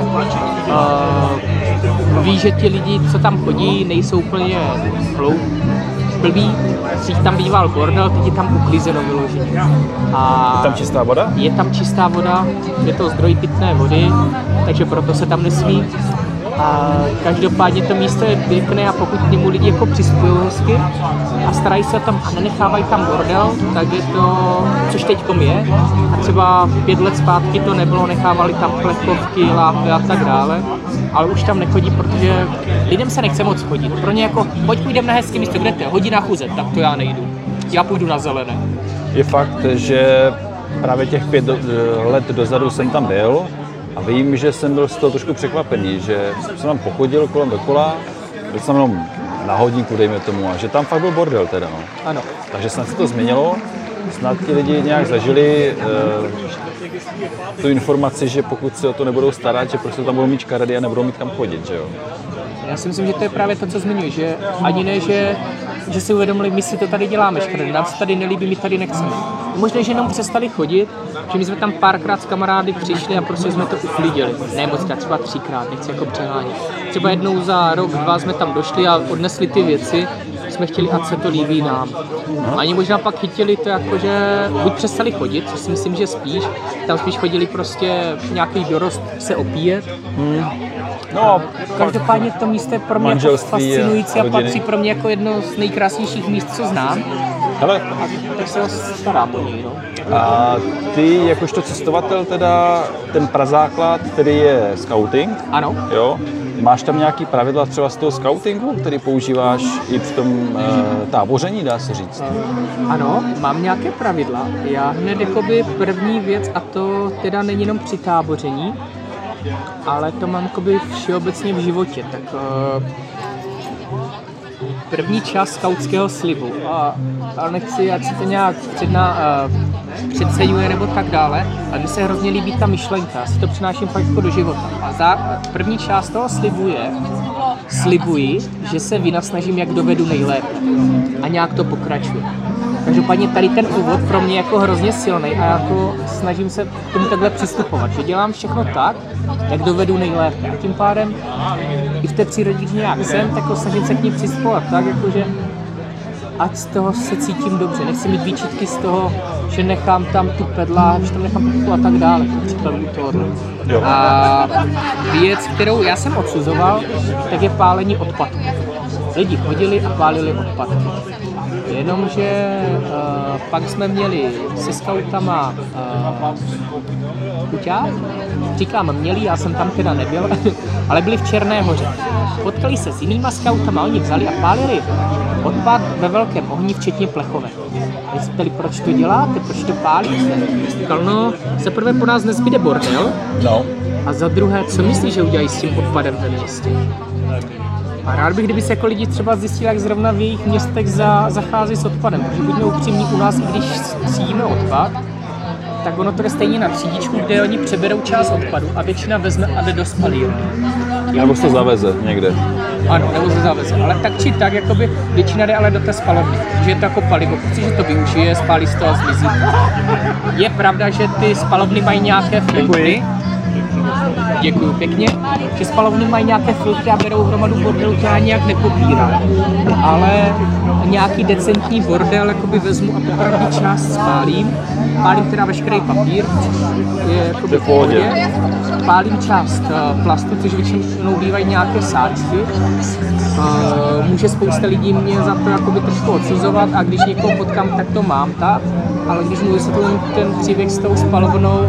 S3: ví, že ti lidi, co tam chodí, nejsou úplně blbí. Dřív tam býval bordel, teď je tam uklizeno vyloženě.
S1: Je tam čistá voda?
S3: Je tam čistá voda, je to zdroj pitné vody, takže proto se tam nesmí. A každopádně to místo je pěkné a pokud k němu lidi jako přistupují hezky a starají se tam a nenechávají tam bordel, tak je to, což teďkom je. A třeba 5 let zpátky to nebylo, nechávali tam plechovky, lápy a tak dále. Ale už tam nechodí, protože lidem se nechce moc chodit. Pro ně jako, pojď půjdeme na hezké místo, kde to je? Hodina chůze, tak to já nejdu. Já půjdu na zelené.
S1: Je fakt, že právě těch 5 let dozadu jsem tam byl a vím, že jsem byl z toho trošku překvapený, že jsem tam pochodil kolem dokola byl jsem jenom na hodinku, dejme tomu, a že tam fakt byl bordel teda, no.
S3: Ano.
S1: Takže snad se to změnilo, snad ti lidi nějak zažili tu informaci, že pokud se o to nebudou starat, že prostě tam budou mít škaredy a nebudou mít kam chodit, že jo.
S3: Já si myslím, že to je právě to, co zmiňuji, že ani ne, že si uvědomili, my si to tady děláme škredy, nám se tady nelíbí, my tady nechceme. Možná, že jenom přestali chodit, že my jsme tam párkrát s kamarády přišli a prostě jsme to uklidili. Ne moc krát, třeba 3krát, nechci jako přehánět. Třeba jednou za rok, 2 jsme tam došli a odnesli ty věci, jsme chtěli, ať se to líbí nám. A oni možná pak chytili to jako, že buď přestali chodit, což si myslím, že spíš, tam spíš chodili prostě nějaký dorost se opíjet.
S1: No,
S3: Každopádně to místo je pro mě jako fascinující a patří pro mě jako jedno z nejkrásnějších míst, co znám.
S1: hele,
S3: Tak se ho starám o něj, no.
S1: a ty jakožto cestovatel teda, ten prazáklad, který je scouting,
S3: Ano.
S1: jo, máš tam nějaký pravidla třeba z toho scoutingu, který používáš i při tom táboření, dá se říct?
S3: Ano, mám nějaké pravidla. Já hned jakoby první věc, a to teda není jenom při táboření, ale to mám jakoby všeobecně v životě. Tak první část skautského slibu, ale nechci, ať se to nějak předceňuje nebo tak dále, ale mi se hrozně líbí ta myšlenka, já si to přináším fakt jako do života. A první část toho slibu je, slibuji, že se vynasnažím, jak dovedu nejlépe. A nějak to pokračuje. Každopádně tady ten úvod pro mě je jako hrozně silný a jako snažím se k tomu takhle přistupovat, že dělám všechno tak, jak dovedu nejlépe. A tím pádem i v té přírodě, když nějak jsem, tak snažím se k ní přistupovat tak, jakože ať z toho se cítím dobře. Nechci mít výčitky z toho, že nechám tam tu pedla, že tam nechám puchu a tak dále. Například u tohohle. A věc, kterou já jsem odsuzoval, tak je pálení odpadků. Lidi chodili a pálili odpadky. Jenomže pak jsme měli se skautama kuťák. Říkám měli, já jsem tam teda nebyl, ale byli v Černé Hoře. Potkali se s jinýma skautama, oni vzali a pálili odpad ve velkém ohni, včetně plechovek. Oni se ptali, proč to děláte, proč to pálíte? Říkal, no, za prvé po nás nezbyde bordel,
S1: No.
S3: a za druhé, co myslíš, že udělají s tím odpadem ve městě? A rád bych, kdyby se jako lidi třeba zjistili, jak zrovna v jejich městech zachází s odpadem, protože buďme upřímní, u nás, když třídíme odpad, tak ono to jde stejně na třídičku, kde oni přeberou část odpadu a většina vezme a jde do spalírny.
S1: Nebo se to zaveze někde.
S3: Ano, nebo se zaveze, ale tak či tak, jakoby většina jde ale do té spalovny, že je to jako palivo, protože to využije, spálí z toho zmizí. Je pravda, že ty spalovny mají nějaké filtry. Děkuju pěkně, že spalovny mají nějaké filtry a berou hromadu bordelu, to já nějak nepopírám. Ale nějaký decentní bordel jakoby vezmu a popravdě část spálím. Pálím teda veškerý papír, je jakoby v pohodě. Pálím část plastu, což většinou bývají nějaké sáčky. Může spousta lidí mě za to jakoby trošku odsuzovat a když někoho potkám, tak to mám tak. Ale když mu vysvětlím ten příběh s tou spalovnou,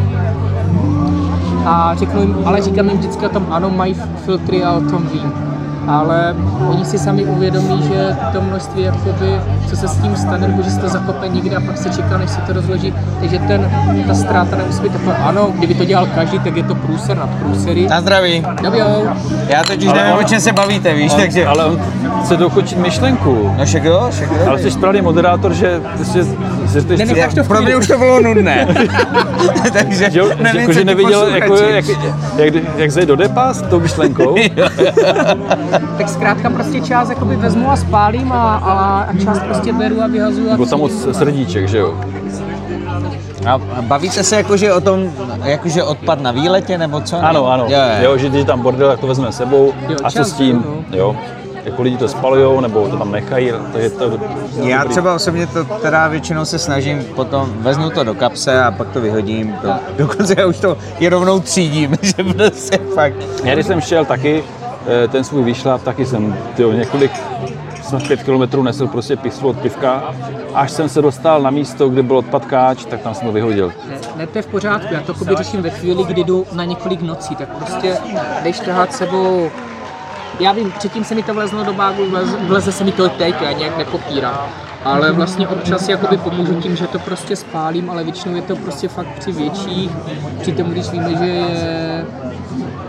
S3: a řeknu jim, ale říkám jim vždycky o tom, ano, mají filtry a o tom vím. Ale oni si sami uvědomí, že to množství, jakoby, co se s tím stane, nebo že se to zakope někde a pak se čeká, než se to rozloží. Takže ta ztráta nemusí být taková, ano, kdyby to dělal každý, tak je to průser nad průsery.
S2: Na zdraví.
S3: Dobijou.
S2: Já totiž nevím, o čem se bavíte, víš, takže...
S1: Ale on chce dokončit myšlenku.
S2: No však jo.
S1: Ale jsi správný moderátor, že
S3: Nenecháš to v
S2: Pro mě
S3: klidu.
S2: už to bylo nudné. Takže nevím,
S1: jako,
S2: co
S1: že
S2: ti
S1: neviděl, jako,
S2: posluchači.
S1: jak zajde do depa s tou myšlenkou.
S3: Tak zkrátka prostě část jakoby vezmu a spálím a část prostě beru a vyhazuju.
S1: Byl tam moc srdíček, že jo?
S2: A bavíte se jakože o tom, jakože odpad na výletě, nebo co?
S1: Ano. Jo, že když je tam bordel, tak to vezmeme sebou.
S3: Jo,
S1: A co
S3: čas,
S1: s tím?
S3: jo.
S1: Jo. Jako lidi to spalujou, nebo to tam nechají, takže to...
S2: Já třeba osobně to teda většinou se snažím potom, vezmu to do kapse a pak to vyhodím. Dokonce já už to i rovnou třídím, že prostě fakt.
S1: Já když jsem šel taky, ten svůj výšlap, taky jsem několik, snad 5 kilometrů nesl prostě pixlu od pivka. Až jsem se dostal na místo, kde byl odpadkáč, tak tam jsem to vyhodil.
S3: Ne, to je v pořádku, já to jakoby řeším ve chvíli, kdy jdu na několik nocí, tak prostě jdeš tahat sebou. Já vím, předtím se mi to vlezlo do bágu, vleze se mi to teď, já nějak nepopírám. Ale vlastně občas jakoby pomůžu tím, že to prostě spálím, ale většinou je to prostě fakt při větších, při tom, když víme, že je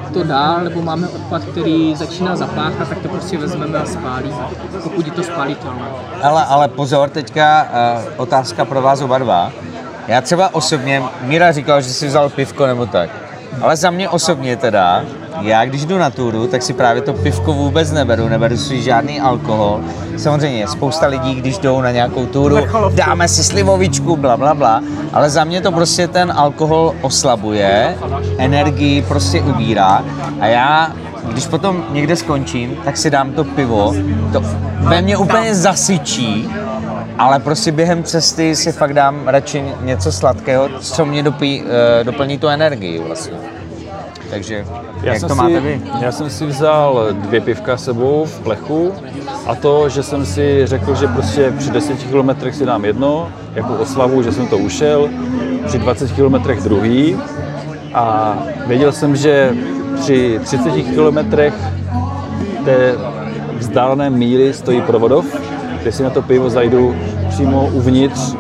S3: to dál, nebo máme odpad, který začíná zapáchat, tak to prostě vezmeme a spálíme, pokud je to spálitelné.
S2: Ale pozor, teďka otázka pro vás oba dva. Já třeba osobně, Míra říkal, že si vzal pivko nebo tak, ale za mě osobně teda, já když jdu na túru, tak si právě to pivko vůbec neberu si žádný alkohol. Samozřejmě spousta lidí, když jdou na nějakou túru, dáme si slivovičku, bla, bla, bla, ale za mě to prostě ten alkohol oslabuje, energii prostě ubírá a já, když potom někde skončím, tak si dám to pivo, to ve mně úplně zasyčí, ale prostě během cesty si fakt dám radši něco sladkého, co mě doplní tu energii vlastně. Takže jak to máte vy?
S1: Já jsem si vzal 2 pivka sebou v plechu a to, že jsem si řekl, že prostě při 10 kilometrech si dám jedno, jako oslavu, že jsem to ušel, při 20 kilometrech druhý a věděl jsem, že při 30 kilometrech té vzdálené míly stojí Provodov, kde si na to pivo zajdu přímo uvnitř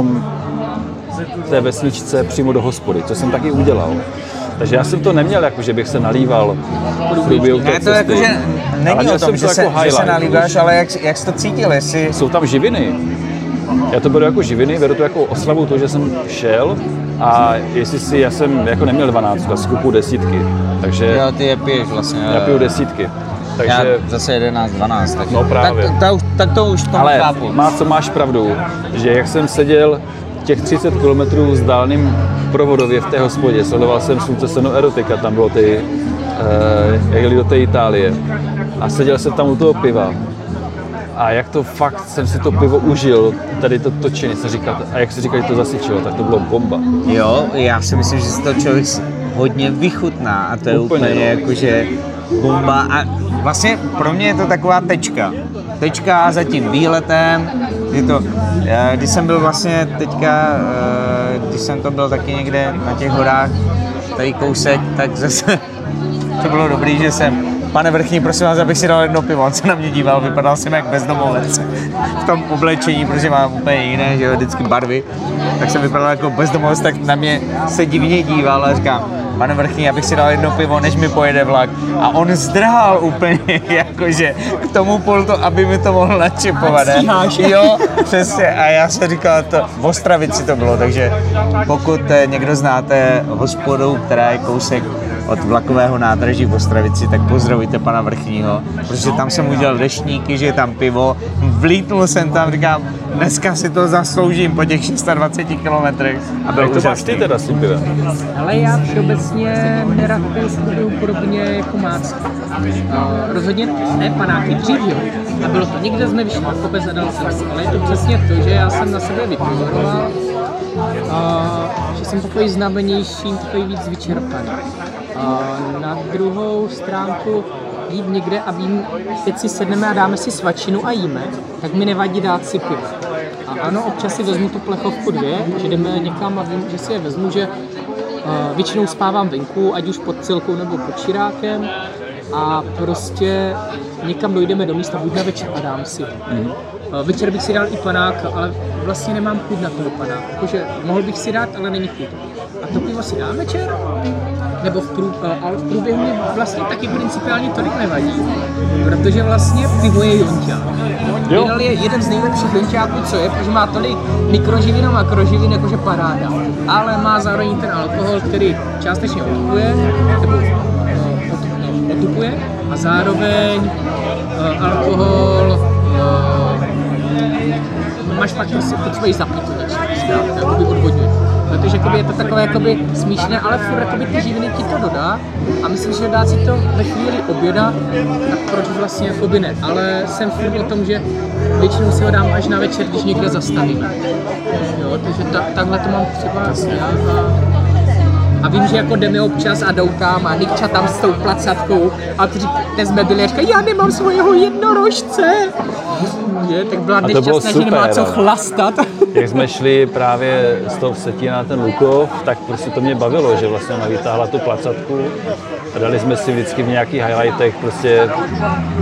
S1: v té vesničce přímo do hospody, co jsem taky udělal. Takže já jsem to neměl, jako že bych se nalíval v průběhu té cesty.
S2: Ne, to jakože není o tom, že se nalíváš, ale jak jsi to cítil, jestli...
S1: Jsou tam živiny. Já to beru jako živiny, beru to jako oslavu to, že jsem šel a jestli si, já jsem jako neměl 12, a skupu 10, takže...
S2: Jo, ty je piješ vlastně.
S1: Já piju 10. Takže...
S2: Já zase 11, 12, tak...
S1: No právě.
S2: Tak to už to chápu.
S1: Ale máš pravdu, že jak jsem seděl těch 30 km vzdáleným Provodově v té hospodě, sledoval jsem Slunce, seno, erotika, tam bylo jak jeli do té Itálie a seděl jsem tam u toho piva a jak to fakt jsem si to pivo užil, tady to točení, jsem říkal, a jak se říká, že to zasyčilo, tak to bylo bomba.
S2: Jo, já si myslím, že si to člověk hodně vychutná a to je úplně jakože bomba a vlastně pro mě je to taková tečka za tím výletem, když jsem byl vlastně teďka, když jsem to byl taky někde na těch horách, tady kousek, tak zase to bylo dobrý, že jsem, pane Vrchní, prosím vás, abych si dal jedno pivo, on se na mě díval, vypadal jsem jak bezdomovec v tom oblečení, protože mám úplně jiné, že jo, vždycky barvy, tak jsem vypadal jako bezdomovec, tak na mě se divně díval a říkám, pane Vrchní, abych si dal jedno pivo, než mi pojede vlak. A on zdrhal úplně, jakože k tomu pultu, aby mi to mohl načipovat. Jo, přesně. A já jsem říkal, v Ostravici to bylo, takže pokud někdo znáte hospodu, která je kousek od vlakového nádraží v Ostravici, tak pozdravujte pana Vrchního, protože tam jsem udělal deštníky, že je tam pivo, vlítnul jsem tam, říkám, dneska si to zasloužím po těch 26 kilometrech. A byl
S1: to máš ty teda s tím pivem?
S3: Ale já všeobecně nerad piju podobně jako Mácka. Rozhodně ne panáky, dřív jo. A bylo to, někde jsme vyšli na kopec a dal jsem si, ale je to přesně to, že já jsem na sebe vypozoroval, že jsem takový znamenější, takový víc vyčerpaný. Na druhou stránku jít někde a vím, teď si sedneme a dáme si svačinu a jíme, tak mi nevadí dát si pivo. A ano, občas si vezmu tu plechovku 2, že jdeme někam a vím, že si je vezmu, že většinou spávám venku, ať už pod celkou nebo pod čirákem a prostě někam dojdeme do místa, buď na večer a dám si. Večer bych si dal i panák, ale vlastně nemám chuť na toho panáka, jakože mohl bych si dát, ale není chuť. A to pivo si dám večer, nebo ale v průběhu mě vlastně taky principiálně tolik nevadí, protože vlastně pivo je jonťák. Vydal je jeden z nejlepších jonťáků, co je, protože má tolik mikroživin a makroživin, jakože paráda. Ale má zároveň ten alkohol, který částečně otupuje, nebo otupuje, a zároveň alkohol máš fakt prostě potřebuješ zapít to něčím, jakoby odvodňuje. Protože je to takové jakoby smíšené, ale furt jakoby ty živiny ti to dodá a myslím, že dát si to ve chvíli oběda, tak proč vlastně jakoby ne. Ale jsem furt o tom, že většinou si ho dám až na večer, když někde zastavíme. Jo, takže takhle to mám třeba já a vím, že jako jdeme občas a jdou tam a Nikča tam s tou placatkou a teď jsme byli a říkají, já nemám svého jednorožce. Je, tak byla nešťastná, že nemá co chlastat.
S1: Jak jsme šli právě z toho Vsetína na ten Lukov, tak prostě to mě bavilo, že vlastně ona vytáhla tu placatku a dali jsme si vždycky v nějakých highlightech prostě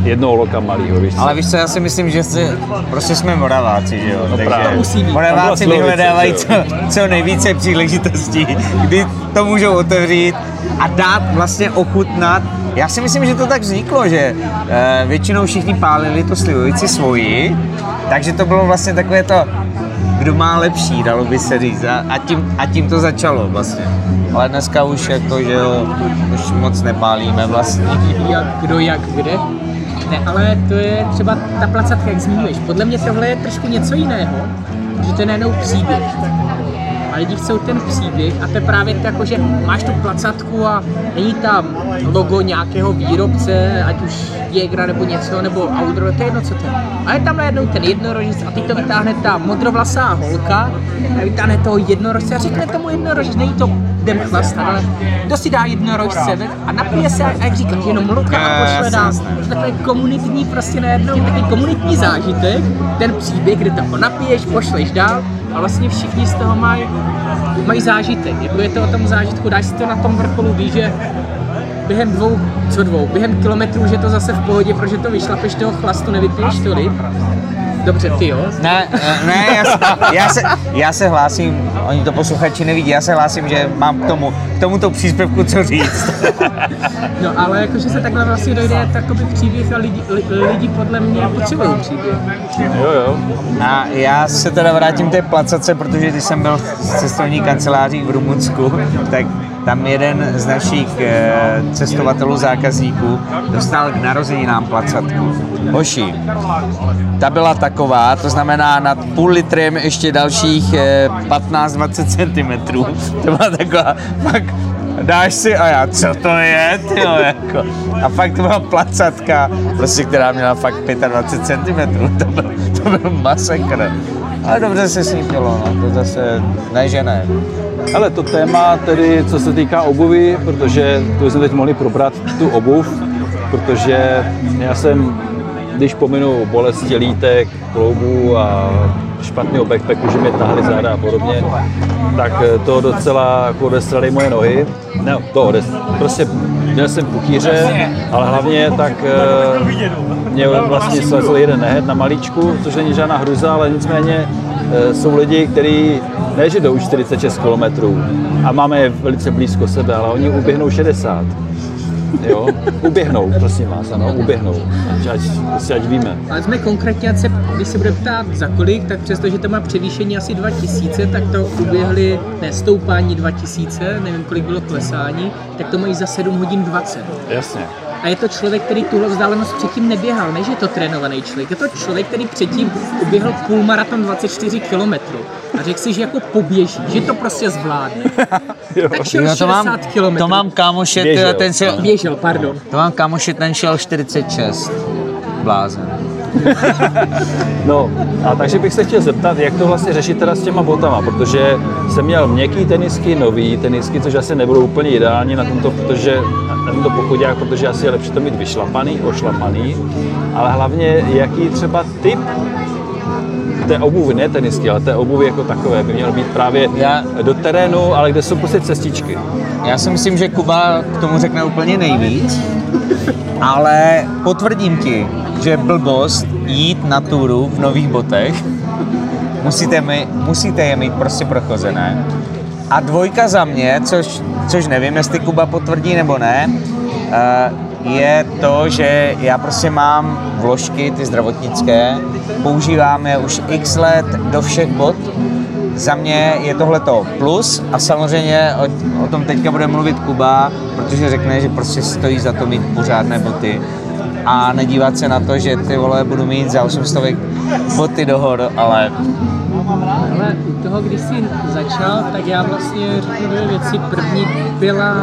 S1: jednoho loka malýho, víš co?
S2: Ale víš co, já si myslím, že prostě jsme Moraváci, že jo?
S1: No
S2: Takže
S1: právě.
S2: Moraváci
S1: Tam byla
S2: vyhledávají
S1: Slovice,
S2: co nejvíce příležitostí, kdy to můžou otevřít a dát vlastně ochutnat. Já si myslím, že to tak vzniklo, že většinou všichni pálili tu slivovici svoji, takže to bylo vlastně takové to, kdo má lepší, dalo by se říct, a tím to začalo vlastně. Ale dneska už jako, že jo, už moc nepálíme vlastně.
S3: Kdo jak kde? Ne, ale to je třeba ta placatka, jak zmiňuješ. Podle mě tohle je trošku něco jiného, že to je najednou příběh. A lidi chcou ten příběh a to je právě to jako, že máš tu placatku a není tam logo nějakého výrobce, ať už Jägera nebo něco, nebo Outdoor, to je jedno, co to je. A je tam najednou ten jednorožec a teď to vytáhne ta modrovlasá holka a vytáhne toho jednorožce a řekne tomu jednorožec, není to jdem chlastat, ale kdo si dá jednorožce a napije se a jak říkáš, jenom mluka a pošle dál. To takové komunitní, prostě najednou takový komunitní zážitek, ten příběh, kde to napiješ, pošleš dál a vlastně všichni z toho mají zážitek. Jako je to o tom zážitku, dáš si to na tom vrcholu, víš, že během během kilometrů, že to zase v pohodě, protože to vyšlapeš toho chlastu, nevypiješ tolik. Dobře, ty jo?
S2: Ne, já se hlásím, oni to posluchači nevidí, já se hlásím, že mám k tomuto příspěvku co říct.
S3: No ale jakože se takhle vlastně dojde takový příběh a lidi podle mě potřebují příběh.
S1: Jo.
S2: A já se teda vrátím té placace, protože když jsem byl v cestovní kanceláří v Rumunsku, tak tam jeden z našich cestovatelů, zákazníků dostal k narozeninám placatku. Hoši, ta byla taková, to znamená nad půl litrem ještě dalších 15-20 cm. To byla taková, fakt dáš si a já, co to je, tyjo, jako. A fakt to byla placatka, prostě, která měla fakt 25 cm. To byl masakr. Ale dobře se s ní pilo, no, to zase ne, že ne.
S1: Ale to téma tedy, co se týká obuvy, protože tu jsme teď mohli probrat tu obuv, protože já jsem, když pominu bolesti lítek, kloubů a špatného backpacku, že mě tahly záda a podobně, tak to docela jako odestraly moje nohy. No, prostě měl jsem puchýře, ale hlavně tak mě vlastně slezl jeden nehet na malíčku, což není žádná hruza, ale nicméně jsou lidi, kteří ne, že jdou 46 km a máme je velice blízko sebe, ale oni uběhnou 60. Jo? Uběhnou, prosím vás, ano, uběhnou, ať víme.
S3: Ale jsme konkrétně, když se bude ptát za kolik, tak přestože to má převýšení asi 2000, tak to uběhli, ne, stoupání 2000, nevím kolik bylo klesání, tak to mají za 7 hodin 20.
S1: Jasně.
S3: A je to člověk, který tuhle vzdálenost předtím neběhal, ne, že je to trénovaný člověk, je to člověk, který předtím uběhl půlmaraton 24 km a řekl si, že jako poběží, že to prostě zvládne. Tak šel 60 km.
S2: To mám kámoše,
S3: Běžel, pardon.
S2: To mám kámoše, ten šel 46. Blázen.
S1: No, a takže bych se chtěl zeptat, jak to vlastně řešit teda s těma botama, protože jsem měl měkký tenisky, nový tenisky, což asi nebudou úplně ideální na tomto pochodák, protože asi je lepší to mít vyšlapaný, ošlapaný, ale hlavně jaký třeba typ té obuvy, ne tenisky, ale té obuvy jako takové by mělo být právě do terénu, ale kde jsou prostě cestičky.
S2: Já si myslím, že Kuba k tomu řekne úplně nejvíc, ale potvrdím ti, že blbost jít na túru v nových botech, musíte je mít prostě prochozené. A dvojka za mě, což nevím, jestli Kuba potvrdí nebo ne, je to, že já prostě mám vložky, ty zdravotnické, používám je už x let do všech bot. Za mě je tohleto plus a samozřejmě o tom teďka bude mluvit Kuba, protože řekne, že prostě stojí za to mít pořádné boty a nedívat se na to, že ty vole budu mít za 800 boty do hor, ale
S3: u toho, když jsi začal, tak já vlastně řeknu dvě věci. První byla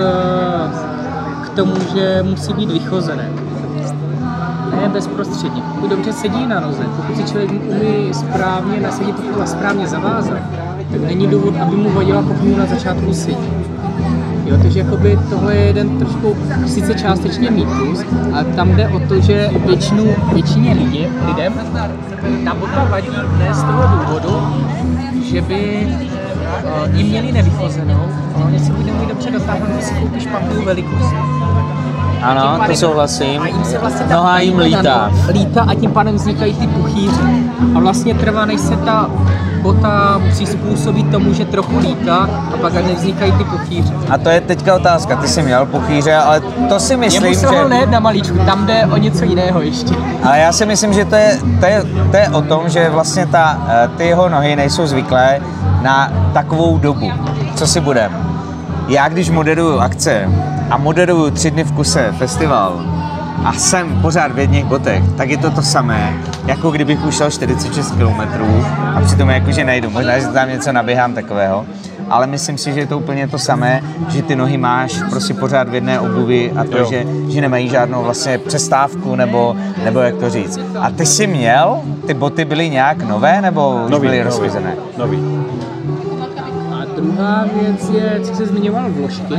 S3: k tomu, že musí být vychozené. Ne bezprostředně. Pokud dobře sedí na noze, pokud si člověk umí správně nasadit to správně zavázat, tak není důvod, aby mu vadila, pokud mu na začátku sedí. Jo, takže jakoby tohle je jeden trošku sice částečně mýtus, ale tam jde o to, že většině lidem ta bota vadí ne z toho důvodu, že by ji měli nevychozenou, ale oni si budou mít dobře dotáhnout, že si koupí špatnou velikost.
S2: Ano,
S3: Tím pádem-
S2: to souhlasím.
S3: A jim se vlastně ta
S2: Noha jim lítá.
S3: lítá a tím pádem vznikají ty puchýře. A vlastně trvá, než se ta bota přizpůsobí tomu, že trochu lítá a pak nevznikají ty puchýře.
S2: A to je teďka otázka, ty jsi měl puchýře, ale to si myslím,
S3: Jemu se
S2: že...
S3: ho nejet na malíčku, tam jde o něco jiného ještě.
S2: Ale já si myslím, že to je o tom, že vlastně ty jeho nohy nejsou zvyklé na takovou dobu. Co si budem? Já když moderuju akce a moderuju 3 dny v kuse festival a jsem pořád v jedných botech, tak je to samé, jako kdybych ušel 46 km a přitom jakože nejdu. Možná, že tam něco naběhám takového, ale myslím si, že je to úplně to samé, že ty nohy máš prostě pořád v jedné obuvi a to, že nemají žádnou vlastně přestávku nebo jak to říct. A ty jsi měl, ty boty byly nějak nové nebo už byly rozchozené?
S1: Nový.
S3: A druhá věc je, co se zmiňoval vložky.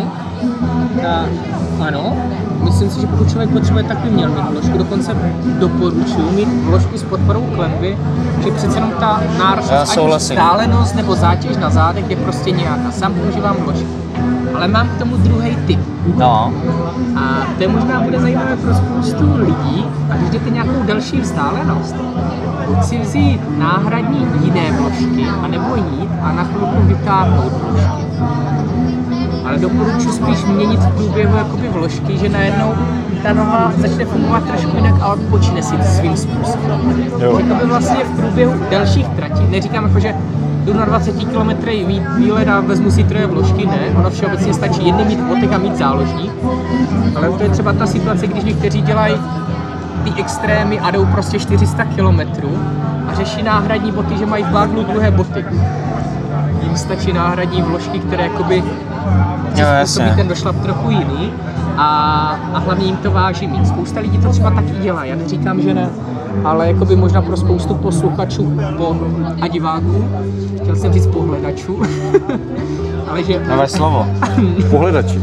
S3: Ano, myslím si, že pokud člověk potřebuje, tak by měl mít vložku. Dokonce doporučuji mít vložku s podporou klenby, že přece jenom ta náročnost, ať už vzdálenost nebo zátěž na zádech je prostě nějaká. Sám používám vložky. Ale mám k tomu druhý tip.
S2: No.
S3: A to je možná bude zajímavé pro spoustu lidí, a když jdete nějakou delší vzdálenost, buď si vzít náhradní jiné vložky, anebo jít a na chvilku vytáhnout vložky. Ale doporučuji spíš měnit v průběhu jakoby vložky, že najednou ta noha začne fungovat trošku jinak a odpočine si svým způsobem. Jakoby vlastně v průběhu delších tratí, neříkám jako, že jdu na 20 km výlet a vezmu si 3 vložky, ne, ono všeobecně stačí jedný mít botek a mít záložník, ale to je třeba ta situace, když někteří dělají ty extrémy a jdou prostě 400 km a řeší náhradní boty, že mají v báglu druhé boty. Jim stačí náhradní vložky, které jakoby přizpůsobí ten došlap trochu jiný a hlavně jim to váží mít. Spousta lidí to třeba taky dělá, já neříkám, že ne, ale jakoby možná pro spoustu posluchačů a diváků, chtěl jsem říct pohledačů, ale že...
S2: Nové slovo.
S1: Pohledači.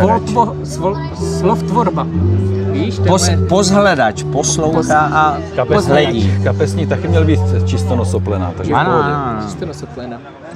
S3: Slovtvorba. Víš,
S2: Pozhledač, poslouchá a hledí.
S1: Kapesní taky měl být čistonosoplená, takže
S2: ano.
S3: Čistonosoplená.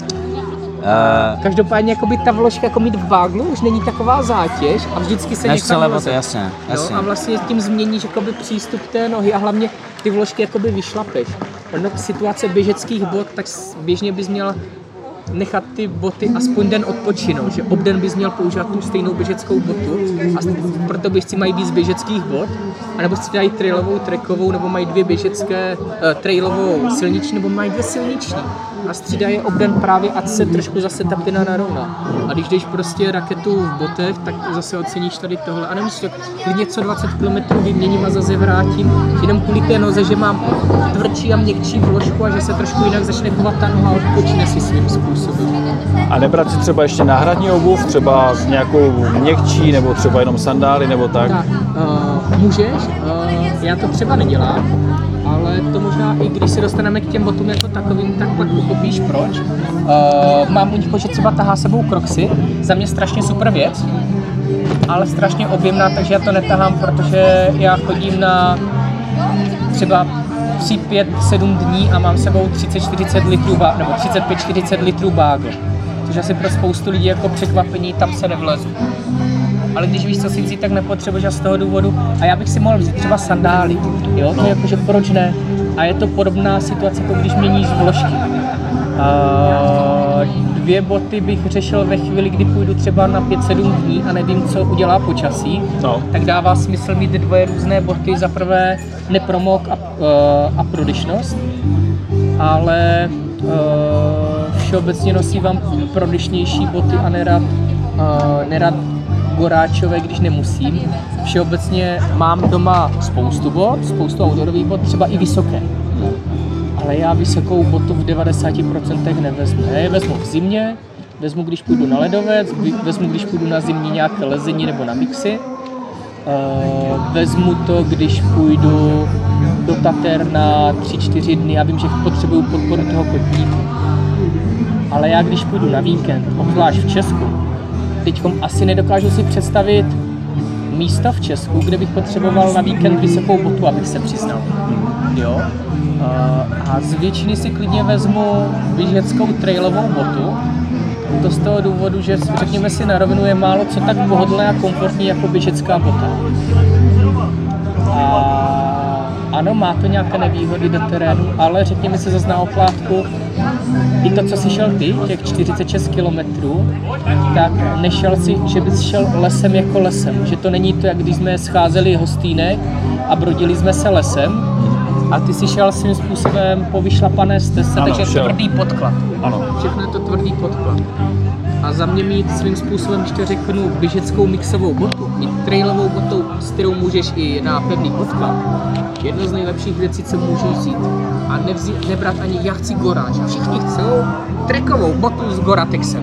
S3: Každopádně jakoby ta vložka jako mít v báglu už není taková zátěž a vždycky se někam leze.
S2: Jasně.
S3: A vlastně tím změníš jakoby přístup té nohy a hlavně ty vložky jakoby vyšlapeš. Ono situace běžeckých bot, tak běžně bys měl nechat ty boty aspoň den odpočinout, že obden bys měl používat tu stejnou běžeckou botu a proto běžci mají víc běžeckých bot, anebo si dají trailovou, trackovou, nebo mají 2 běžecké, trailovou silniční, nebo mají 2 silniční a střídají obden právě, ať se trošku zase ta pěna narovná. A když jdeš prostě raketu v botech, tak zase oceníš tady tohle. A nemusíš tak klidně co 20 km vyměním a zase vrátím, jenom kvůli té noze, že mám tvrdší a měkčí vložku a že se trošku jinak začne chovat ta noha a odpočne si svým způsobem.
S1: A nebrat si třeba ještě náhradní obuv, třeba nějakou měkčí, nebo třeba jenom sandály, nebo tak?
S3: Tak, můžeš, já to třeba nedělám, ale to možná i když se dostaneme k těm botům jako takovým, tak pak pochopíš proč. Mám u nich, že třeba tahá sebou Crocsy, za mě strašně super věc, ale strašně objemná, takže já to netahám, protože já chodím na třeba 3, 5, 7 dní a mám sebou 30-40 litrů, nebo 35-40 litrů bágl. Což asi pro spoustu lidí jako překvapení, tam se nevlezu. Ale když víš, co si vzít, tak nepotřebuješ a z toho důvodu. A já bych si mohl vzít třeba sandály, jo, to je jakože proč ne. A je to podobná situace, jako když měníš vložky. 2 boty bych řešil ve chvíli, kdy půjdu třeba na 5-7 dní a nevím, co udělá počasí, tak dává smysl mít 2 různé boty. Za prvé nepromok a prodyšnost, ale všeobecně nosívám prodyšnější boty a nerad goráčové, když nemusím. Všeobecně mám doma spoustu bot, spoustu outdoorových bot, třeba i vysoké. Ale já vysokou botu v 90% nevezmu. Já je vezmu v zimě, vezmu, když půjdu na ledovec, vezmu, když půjdu na zimní nějaké lezení nebo na mixy. Vezmu to, když půjdu do Tater na 3-4 dny a vím, že potřebuju podporu toho kotníku. Ale já, když půjdu na víkend, obzvlášť v Česku, teďkom asi nedokážu si představit místo v Česku, kde bych potřeboval na víkend vysokou botu, abych se přiznal. Jo? A z většiny si klidně vezmu běžeckou trailovou botu, To z toho důvodu, že řekněme si na rovinu, je málo co tak pohodlné a komfortní jako běžecká bota. A ano, má to nějaké nevýhody do terénu, ale řekněme si zase na oplátku, i to, co jsi šel ty, těch 46 kilometrů, tak nešel si, že bys šel lesem jako lesem. Že to není to, jak když jsme scházeli Hostýnek a brodili jsme se lesem, a ty si šel svým způsobem po vyšlapané stezce, takže je to tvrdý podklad.
S1: Ano.
S3: Všechno je to tvrdý podklad. A za mě mít svým způsobem, když to řeknu, běžeckou mixovou botu, i trailovou botou, s kterou můžeš i na pevný podklad, jedno z nejlepších věcí, co můžeš vzít. A nebrat ani já chci Goráž. A všichni chcou trekovou botu s Goratexem.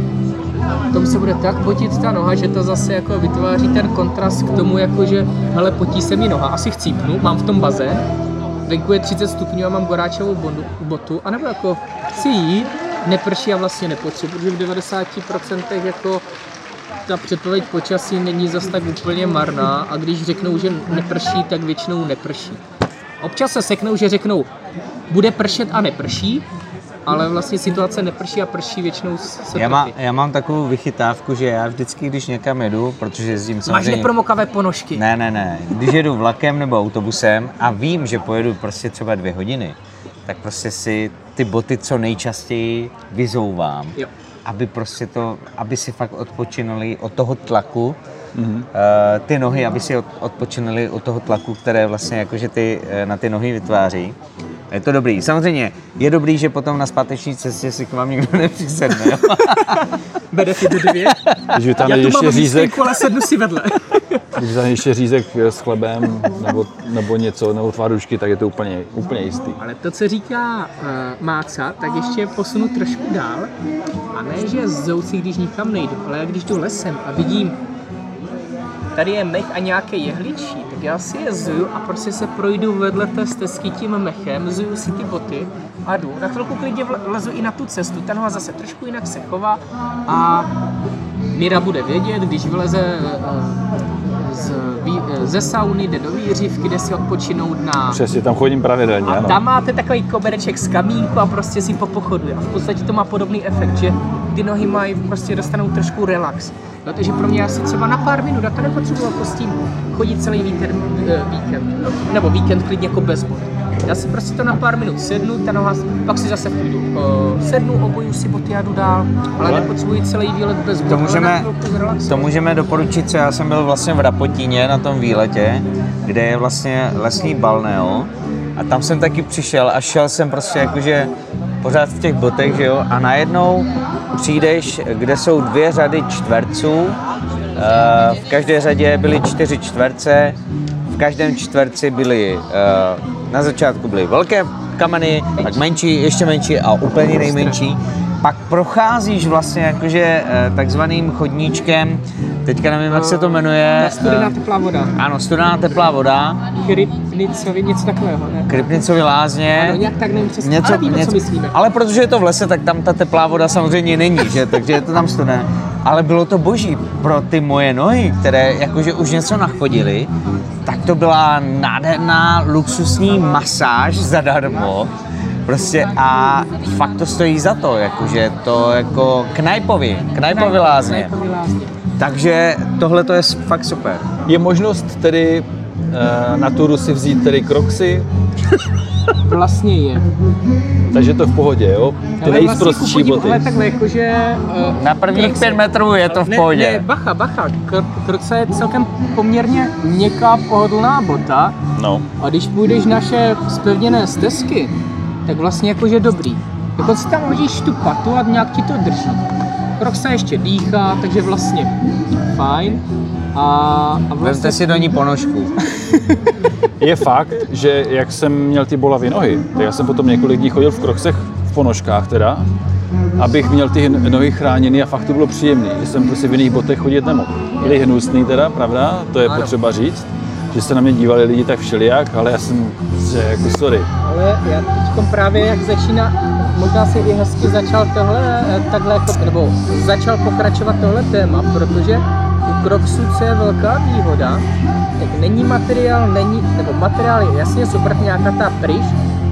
S3: V tom se bude tak potit ta noha, že to zase jako vytváří ten kontrast k tomu, jako že hele, potí se mi noha, asi chcípnu, mám v tom bazén, venku je 30 stupňů a mám Goráčovou botu, anebo jako chci jít, neprší a vlastně nepotřebuji, protože v 90% jako ta předpověď počasí není zas tak úplně marná a když řeknou, že neprší, tak většinou neprší. Občas se seknou, že řeknou, bude pršet a neprší, ale vlastně situace neprší a prší většinou se trefí.
S2: Já mám takovou vychytávku, že já vždycky, když někam jedu, protože jezdím samozřejmě...
S3: Máš nepromokavé ponožky.
S2: Ne. Když jedu vlakem nebo autobusem a vím, že pojedu prostě třeba 2 hodiny, tak prostě si ty boty co nejčastěji vyzouvám. Jo. Aby si fakt odpočinuli od toho tlaku, ty nohy, aby si odpočinuli od toho tlaku, které vlastně jakože ty na ty nohy vytváří. Je to dobrý. Samozřejmě je dobrý, že potom na zpáteční cestě si k vám nikdo nepřisedne.
S3: Bede si do 2.
S1: Když tam
S3: já tu
S1: ještě
S3: mám
S1: řízek,
S3: ale sednu si vedle.
S1: Když tam ještě řízek s chlebem nebo něco, nebo tvarušky, tak je to úplně jistý.
S3: Ale to, co říká Máca, tak ještě posunu trošku dál. A ne, že zoucí, když nikam nejdu, ale když jdu lesem a vidím, tady je mech a nějaké jehličí, tak já si je zuju a prostě se projdu vedle té stezky tím mechem, zuju si ty boty a jdu. Na chvilku klidně vlezu i na tu cestu, ta noha zase trošku jinak se chová a Míra bude vědět, když vyleze ze sauny, jde do výřivky, jde si odpočinout na...
S1: Přesně, tam chodím pravidelně,
S3: a
S1: ano.
S3: tam máte takový kobereček z kamínku a prostě si popochoduje. A v podstatě to má podobný efekt, že ty nohy mají, prostě dostanou trošku relax. Protože pro mě asi třeba na pár minut, a to nepotřebuji jako s tím chodit celý víkend, nebo víkend klidně jako bez bot. Já si prostě to na pár minut sednu, ta noha, pak si zase půjdu. Sednu, oboju si boty a jdu dál, ale nepotřebuji celý výlet bez bot.
S2: To můžeme doporučit, co já jsem byl vlastně v Rapotíně na tom výletě, kde je vlastně lesní balneo a tam jsem taky přišel a šel jsem prostě jakože pořád v těch botech, že jo, a najednou přijdeš, kde jsou 2 řady čtverců, v každé řadě byly 4 čtverce, v každém čtverci byly, na začátku byly velké kameny, pak menší, ještě menší a úplně nejmenší. Pak procházíš vlastně jakože takzvaným chodníčkem, teďka nevím, jak se to jmenuje.
S3: Studená teplá voda.
S2: Ano, studená teplá voda.
S3: Kripnicovi, něco takového, ne?
S2: Kripnicovi lázně.
S3: Ano, nějak tak nevím přesně, ale víme, co myslíme.
S2: Ale protože je to v lese, tak tam ta teplá voda samozřejmě není, že? Takže je to tam studené. Ale bylo to boží pro ty moje nohy, které jakože už něco nachodily, tak to byla nádherná luxusní masáž zadarmo. Prostě a fakt to stojí za to, jakože to jako knajpovi lázně. Takže tohle to je fakt super.
S1: Je možnost tedy na turu si vzít tedy Crocsy?
S3: Vlastně je.
S1: Takže to v pohodě, jo? Ty nejprostší boty.
S3: Ale takhle jakože...
S2: Na prvních 5 metrů je to v pohodě.
S3: Ne, bacha. Crocs je celkem poměrně měkká, pohodlná bota.
S1: No.
S3: A když půjdeš naše zpevněné stezky, tak vlastně jakože dobrý. Jako si tam hodíš tu patu a nějak ti to drží. Crocs se ještě dýchá, takže vlastně fajn. A vlastně...
S2: Vezte si do ní ponožku.
S1: Je fakt, že jak jsem měl ty bolavý nohy, tak já jsem potom několik dní chodil v Crocsech, v ponožkách teda, abych měl ty nohy chráněny a fakt to bylo příjemné, že jsem prostě v jiných botech chodit nemohl. Byli hnusný teda, pravda, to je potřeba říct, že se na mě dívali lidi tak všelijak, ale já jsem, že jako sorry.
S3: Ale já teďkom právě jak začíná, možná si i hezky začal tohle, takhle jako, nebo začal pokračovat tohle téma, protože u Crocsů, co je velká výhoda, tak není materiál, nebo materiál je jasně super, nějaká ta pryš,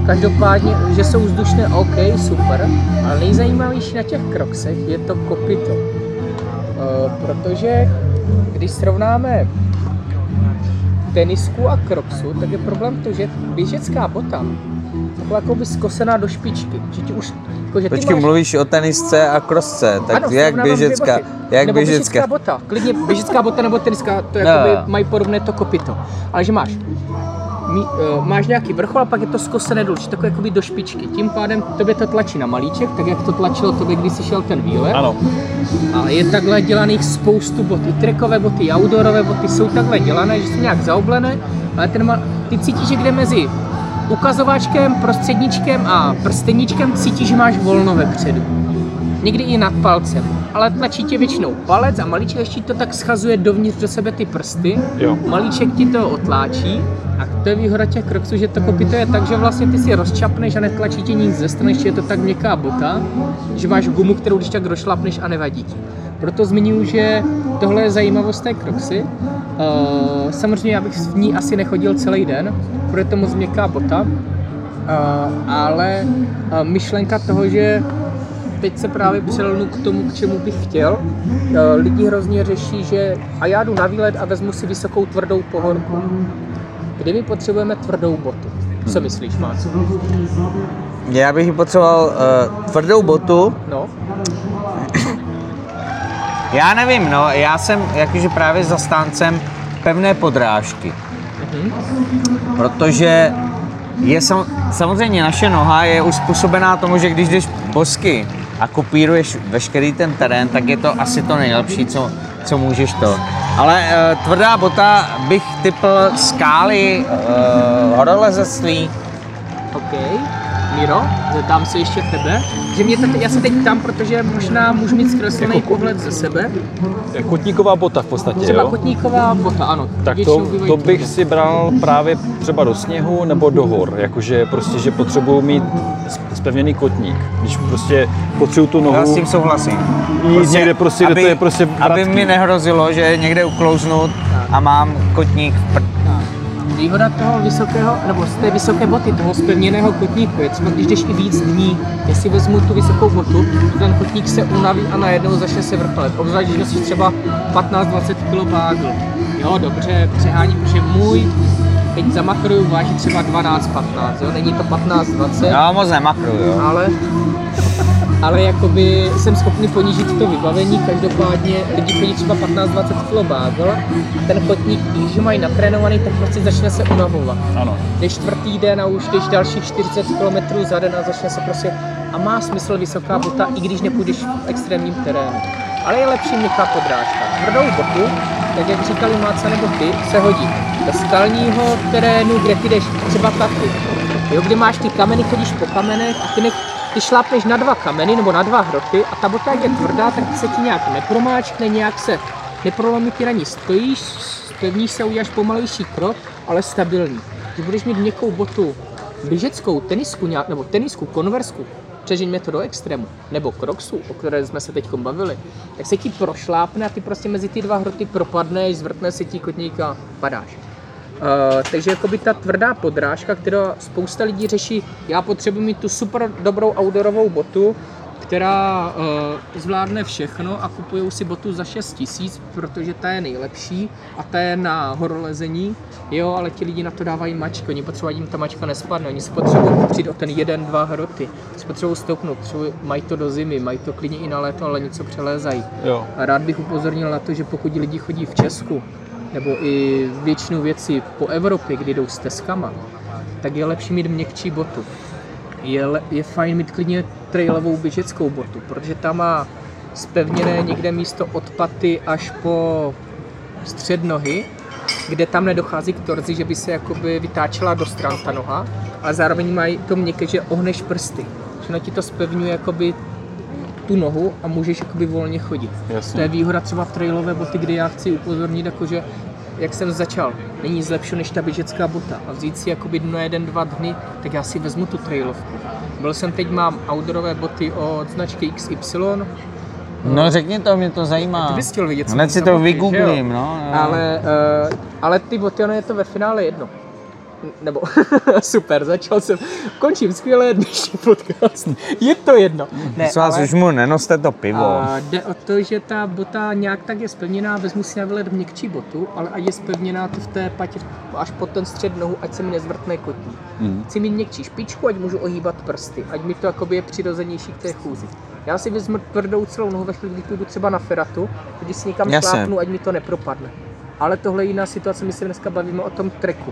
S3: Každopádně, že jsou vzdušné, OK, super, ale nejzajímavější na těch Crocsech je to kopyto. Protože když srovnáme tenisku a Crocsu, tak je problém to, že běžecká bota taková jakoby zkosená do špičky. Že ti už, jako, že
S2: Počkej, mluvíš o tenisce a krosce, tak
S3: ano,
S2: jak běžecká? Jak
S3: nebo
S2: běžecká
S3: bota, klidně běžecká bota nebo teniska, to jakoby mají podobné to kopyto. Ale že máš nějaký vrchol a pak je to zkosené dolů, takové jakoby do špičky. Tím pádem tobě to tlačí na malíček, tak jak to tlačilo tobě, když jsi šel ten výlet.
S1: Ano.
S3: A je takhle dělaných spoustu bot. I trackové boty, i outdoorové boty jsou takhle dělané, že jsou nějak zaoblené, ale ty cítíš, že kde mezi ukazováčkem, prostředníčkem a prsteníčkem cítíš, že máš volno vepředu. Někdy i nad palcem, ale tlačí tě většinou palec a malíček ještě to tak schazuje dovnitř do sebe ty prsty.
S1: Jo.
S3: Malíček ti to otláčí a to je výhoda těch Crocsů, že to kopyto je tak, že vlastně ty si rozčapneš a netlačí ti nic ze strany, ještě je to tak měkká bota, že máš gumu, kterou když tak došlapneš a nevadí ti. Proto zmiňuji, že tohle je zajímavost té Crocsy. Samozřejmě já bych v ní asi nechodil celý den, protože je to moc měkká bota, ale myšlenka toho, že teď se právě přelnu k tomu, k čemu bych chtěl. Lidi hrozně řeší, že a já jdu na výlet a vezmu si vysokou tvrdou pohonku. Kdy my potřebujeme tvrdou botu? Co myslíš, Máco?
S2: Já bych potřeboval tvrdou botu.
S3: No.
S2: Já nevím, no, já jsem jakože právě zastáncem pevné podrážky. Protože je samozřejmě naše noha je uspůsobená tomu, že když jdeš bosky a kopíruješ veškerý ten terén, tak je to asi to nejlepší, co můžeš to. Ale tvrdá bota bych typl skály, horolezectví.
S3: OK. Miro, zeptám se ještě tebe. Že já se teď ptám, protože možná můžu mít zkreslený pohled ze sebe.
S1: Kotníková bota v podstatě,
S3: Třeba
S1: jo?
S3: kotníková bota, ano.
S1: Tak to bych si bral právě třeba do sněhu nebo do hor, jakože prostě, že potřebuju mít zpevněný kotník, když prostě potřebuju tu nohu.
S2: Já s tím souhlasím.
S1: Jít někde prostě, kde to je prostě
S2: aby mi nehrozilo, že někde uklouznu a mám kotník v
S3: Výhoda toho vysokého, nebo z té vysoké boty, toho zpevněného kotníku je třeba, když jdeš i víc dní, jestli vezmu tu vysokou botu, ten kotník se unaví a najednou začne se vrcholet. Obzvlášť, když nosíš třeba 15-20 kg bágl. Jo, dobře, přeháním, protože můj, teď zamakruju, váží třeba 12-15, jo, není to 15-20.
S2: Já moc nemakruju, jo.
S3: Ale jakoby jsem schopný ponížit to vybavení, každopádně lidi chodí třeba 15-20 kg bágl, ten kotník, když ho mají natrénovaný, tak prostě začne se unavovat.
S1: Ano.
S3: Jdeš čtvrtý den a už jdeš dalších 40 km za den a začne se prostě, a má smysl vysoká bota, i když nepůjdeš v extrémním terénu. Ale je lepší měkká podrážka. Tvrdou botu, tak jak říkali Máca nebo ty, se hodí do skalního terénu, kde ty jdeš třeba Tatry. Jo, kde máš ty kameny, chodíš po kamenech a ty šlápneš na 2 kameny nebo na 2 hroty a ta bota, jak je tvrdá, tak se ti nějak nepromáčkne, nějak se neprolomí, ty na ní stojíš, spevníš se, uděláš pomalejší krok, ale stabilní. Když budeš mít měkkou botu, běžeckou, tenisku nějak, nebo tenisku, konversku, přežeňme to do extrému, nebo Crocsu, o které jsme se teď bavili, tak se ti prošlápne a ty prostě mezi ty 2 hroty propadneš, zvrtne se ti kotník a padáš. Takže jakoby ta tvrdá podrážka, kterou spousta lidí řeší, já potřebuji mít tu super dobrou outdoorovou botu, která zvládne všechno a kupujou si botu za 6 000, protože ta je nejlepší a ta je na horolezení, jo, ale ti lidi na to dávají mačky, oni potřebují, jim ta mačka nespadne, oni si potřebují přijít o ten 1-2 hroty, si potřebují stoupnout, mají to do zimy, mají to klidně i na léto, ale něco přelézají.
S1: Jo.
S3: A rád bych upozornil na to, že pokud lidi chodí v Česku, nebo i většinu věcí po Evropě, kdy jdou s teskama, tak je lepší mít měkčí botu. Je fajn mít klidně trailovou běžeckou botu, protože ta má zpevněné někde místo od paty až po střed nohy, kde tam nedochází k torzi, že by se jakoby vytáčela do stran ta noha, ale zároveň mají to měkké, že ohneš prsty. Že ti to zpevňuje jakoby tu nohu a můžeš jakoby volně chodit.
S1: Jasně.
S3: To je výhoda třeba trailové boty, kdy já chci upozornit, jakože jak jsem začal, není nic lepšího než ta běžecká bota a vzít si jakoby na 1-2 dny, tak já si vezmu tu trailovku. Teď mám outdoorové boty od značky XY.
S2: No řekni to, mě to zajímá.
S3: Ty bys chtěl vidět, co
S2: hned si to vygooglím, no.
S3: Ale ty boty, ono je to ve finále jedno. nebo super, končím skvěle dnešní podcast. Je to jedno.
S2: Ne, ale už mu nenoste to pivo.
S3: Jde o to, že ta bota nějak tak je spevněná, vezmu si na výlet měkčí botu, ale ať je spevněná to v té patě až po ten střed nohu, ať se mi nezvrtne kotník. Chci mít měkčí špičku, ať můžu ohýbat prsty, ať mi to jakoby je přirozenější k té chůzi. Já si vezmu tvrdou celou nohu ve chvíli, kdy půjdu třeba na feratu, když si někam šlápnu, ať mi to nepropadne. Ale tohle je jiná situace, my se dneska bavíme o tom treku.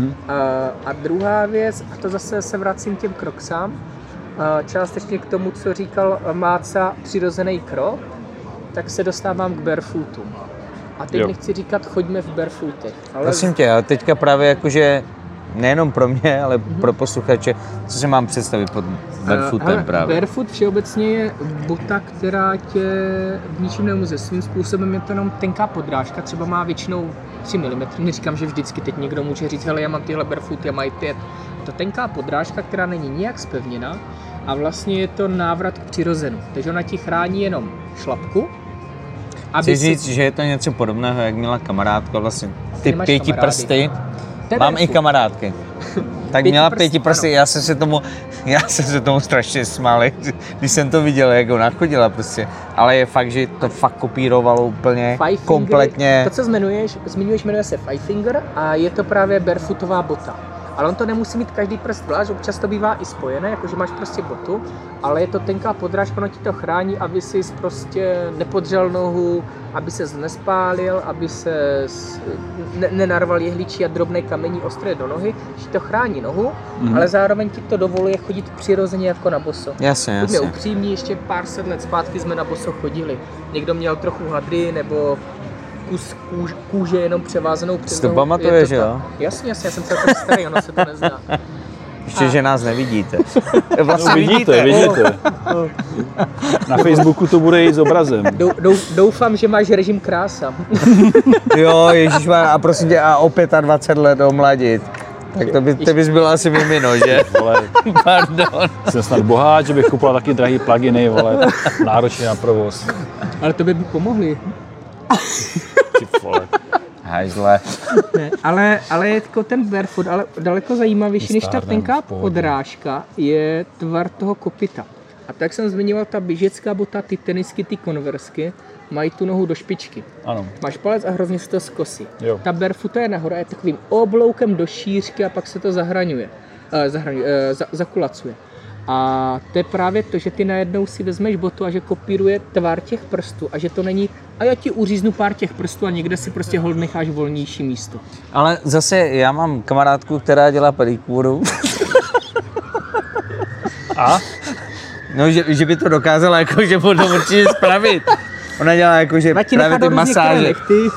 S3: A druhá věc, a to zase se vracím těm kroksám, částečně k tomu, co říkal Máca, přirozený krok, tak se dostávám k barefootům. A teď nechci říkat, choďme v barefootech. Ale...
S2: Prosím tě, ale teďka právě jakože nejenom pro mě, ale pro posluchače, co si mám představit pod barefootem právě?
S3: Barefoot všeobecně je bota, která tě v ničem neomezuje. Svým způsobem je to jenom tenká podrážka, třeba má většinou 3 mm. Neříkám, že vždycky teď někdo může říct, hele, já mám tyhle barefooty a mají 5. Je to tenká podrážka, která není nijak zpevněná a vlastně je to návrat k přirozenu. Takže ona ti chrání jenom šlapku.
S2: Chci říct, že je to něco podobného, jak měla kamarádka, vlastně ty 5 prsty. Mám i kamarádky. Tak měla 5 prsty, já jsem se tomu strašně smál, když jsem to viděl, jak ona chodila prostě. Ale je fakt, že to fakt kopírovalo úplně kompletně.
S3: To, co zmiňuješ, jmenuje se Five Finger a je to právě barefootová bota. Ale on to nemusí mít každý prst zvlášť, občas to bývá i spojené, jakože máš prostě botu, ale je to tenká podrážka, ono ti to chrání, aby si prostě nepodřel nohu, aby se nespálil, aby se nenarval jehličí a drobné kamení ostré do nohy, že to chrání nohu, ale zároveň ti to dovoluje chodit přirozeně jako na boso.
S2: Jasně.
S3: Buďme upřímní, ještě pár set let zpátky jsme na boso chodili. Někdo měl trochu hadry nebo kus kůže jenom převázanou přes nohu.
S2: To pamatuješ, jo?
S3: Jasně, já jsem celkem starý, ono se to nezdá.
S2: Ještě, že nás nevidíte.
S1: Vlastně vidíte. Na Facebooku to bude jít s obrazem.
S3: Doufám, že máš režim krása.
S2: Jo, ježišmar, a prosím tě, a o 25 let omladit. Tak to bys byl asi mimino, že?
S1: Vole,
S2: pardon.
S1: Jsem snad boháč, že bych kupoval taky drahý pluginy, vole, náročně na provoz.
S3: Ale to by pomohli.
S1: Ty vole.
S2: Hajzle.
S3: Ale je jako ten barefoot, ale daleko zajímavější než ta tenká podrážka je tvar toho kopyta. A tak jsem zmiňoval, ta běžecká bota, ty tenisky, ty konversky, mají tu nohu do špičky.
S1: Ano.
S3: Máš palec a hrozně se to skosí.
S1: Jo.
S3: Ta barefoota je nahoru, je takovým obloukem do šířky a pak se to zakulacuje. A to je právě to, že ty najednou si vezmeš botu a že kopíruje tvar těch prstů a že to není a já ti uříznu pár těch prstů a někde si prostě hold necháš volnější místo.
S2: Ale zase já mám kamarádku, která dělá pedikúru.
S1: A?
S2: No, že by to dokázala jakože potom určitě spravit. Ona dělá jakože právě ty masáže.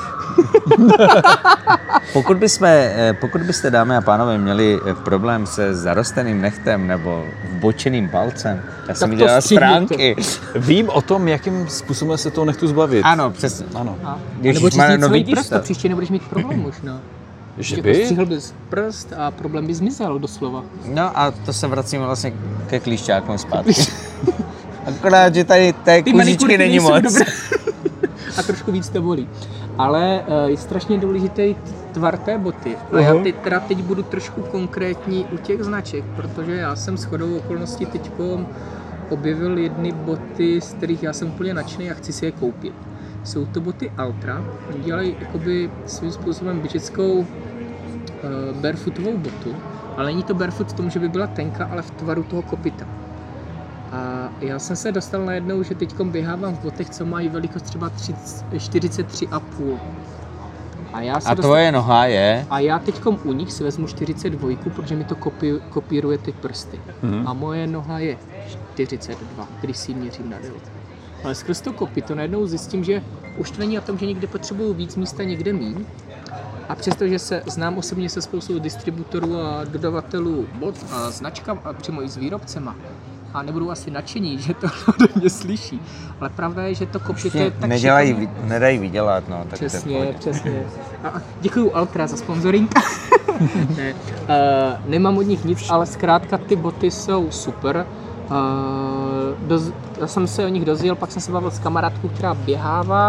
S2: Pokud byste, dámy a pánové, měli problém se zarosteným nechtem nebo vbočeným palcem, já jsem viděla stránky.
S1: Vím o tom, jakým způsobem se toho nechtu zbavit.
S2: Ano, přesně.
S1: Ano.
S3: Nebo čistý svůj prst, to příště nebudeš mít problém možná.
S1: Že by?
S3: Ostříhl bys prst a problém by zmizel doslova.
S2: No a to se vracíme vlastně ke klíšťákům zpátky. Akorát, že tady té kůžičky není moc.
S3: A trošku víc to bolí. Ale je strašně důležitý tvar té boty. A já teď budu trošku konkrétní u těch značek, protože já jsem shodou okolností teď objevil jedny boty, z kterých já jsem úplně nadšený a chci si je koupit. Jsou to boty Altra, oni dělají jakoby svým způsobem běžeckou barefootovou botu, ale není to barefoot v tom, že by byla tenká, ale v tvaru toho kopyta. A já jsem se dostal najednou, že teď běhávám v botech, co mají velikost třeba 43,5. A
S2: tvoje noha je?
S3: A já teď u nich si vezmu 42, protože mi to kopíruje ty prsty. A moje noha je 42, když si ji měřím na délku. Ale skrz to kopyto najednou zjistím, že už to není o tom, že někde potřebuju víc místa, někde míň. A přestože se znám osobně se spoustou distributorů a dodavatelů bot a značkám a přímo i s výrobcema, a nebudou asi nadšení, že to ode mě slyší. Ale pravda je, že to kopyto je tak
S2: nedají vydělat, no. Tak
S3: přesně. A děkuju Altra za sponsoring. Ne, nemám od nich nic, ale zkrátka ty boty jsou super. Já jsem se o nich dozvěděl, pak jsem se bavil s kamarádkou, která běhává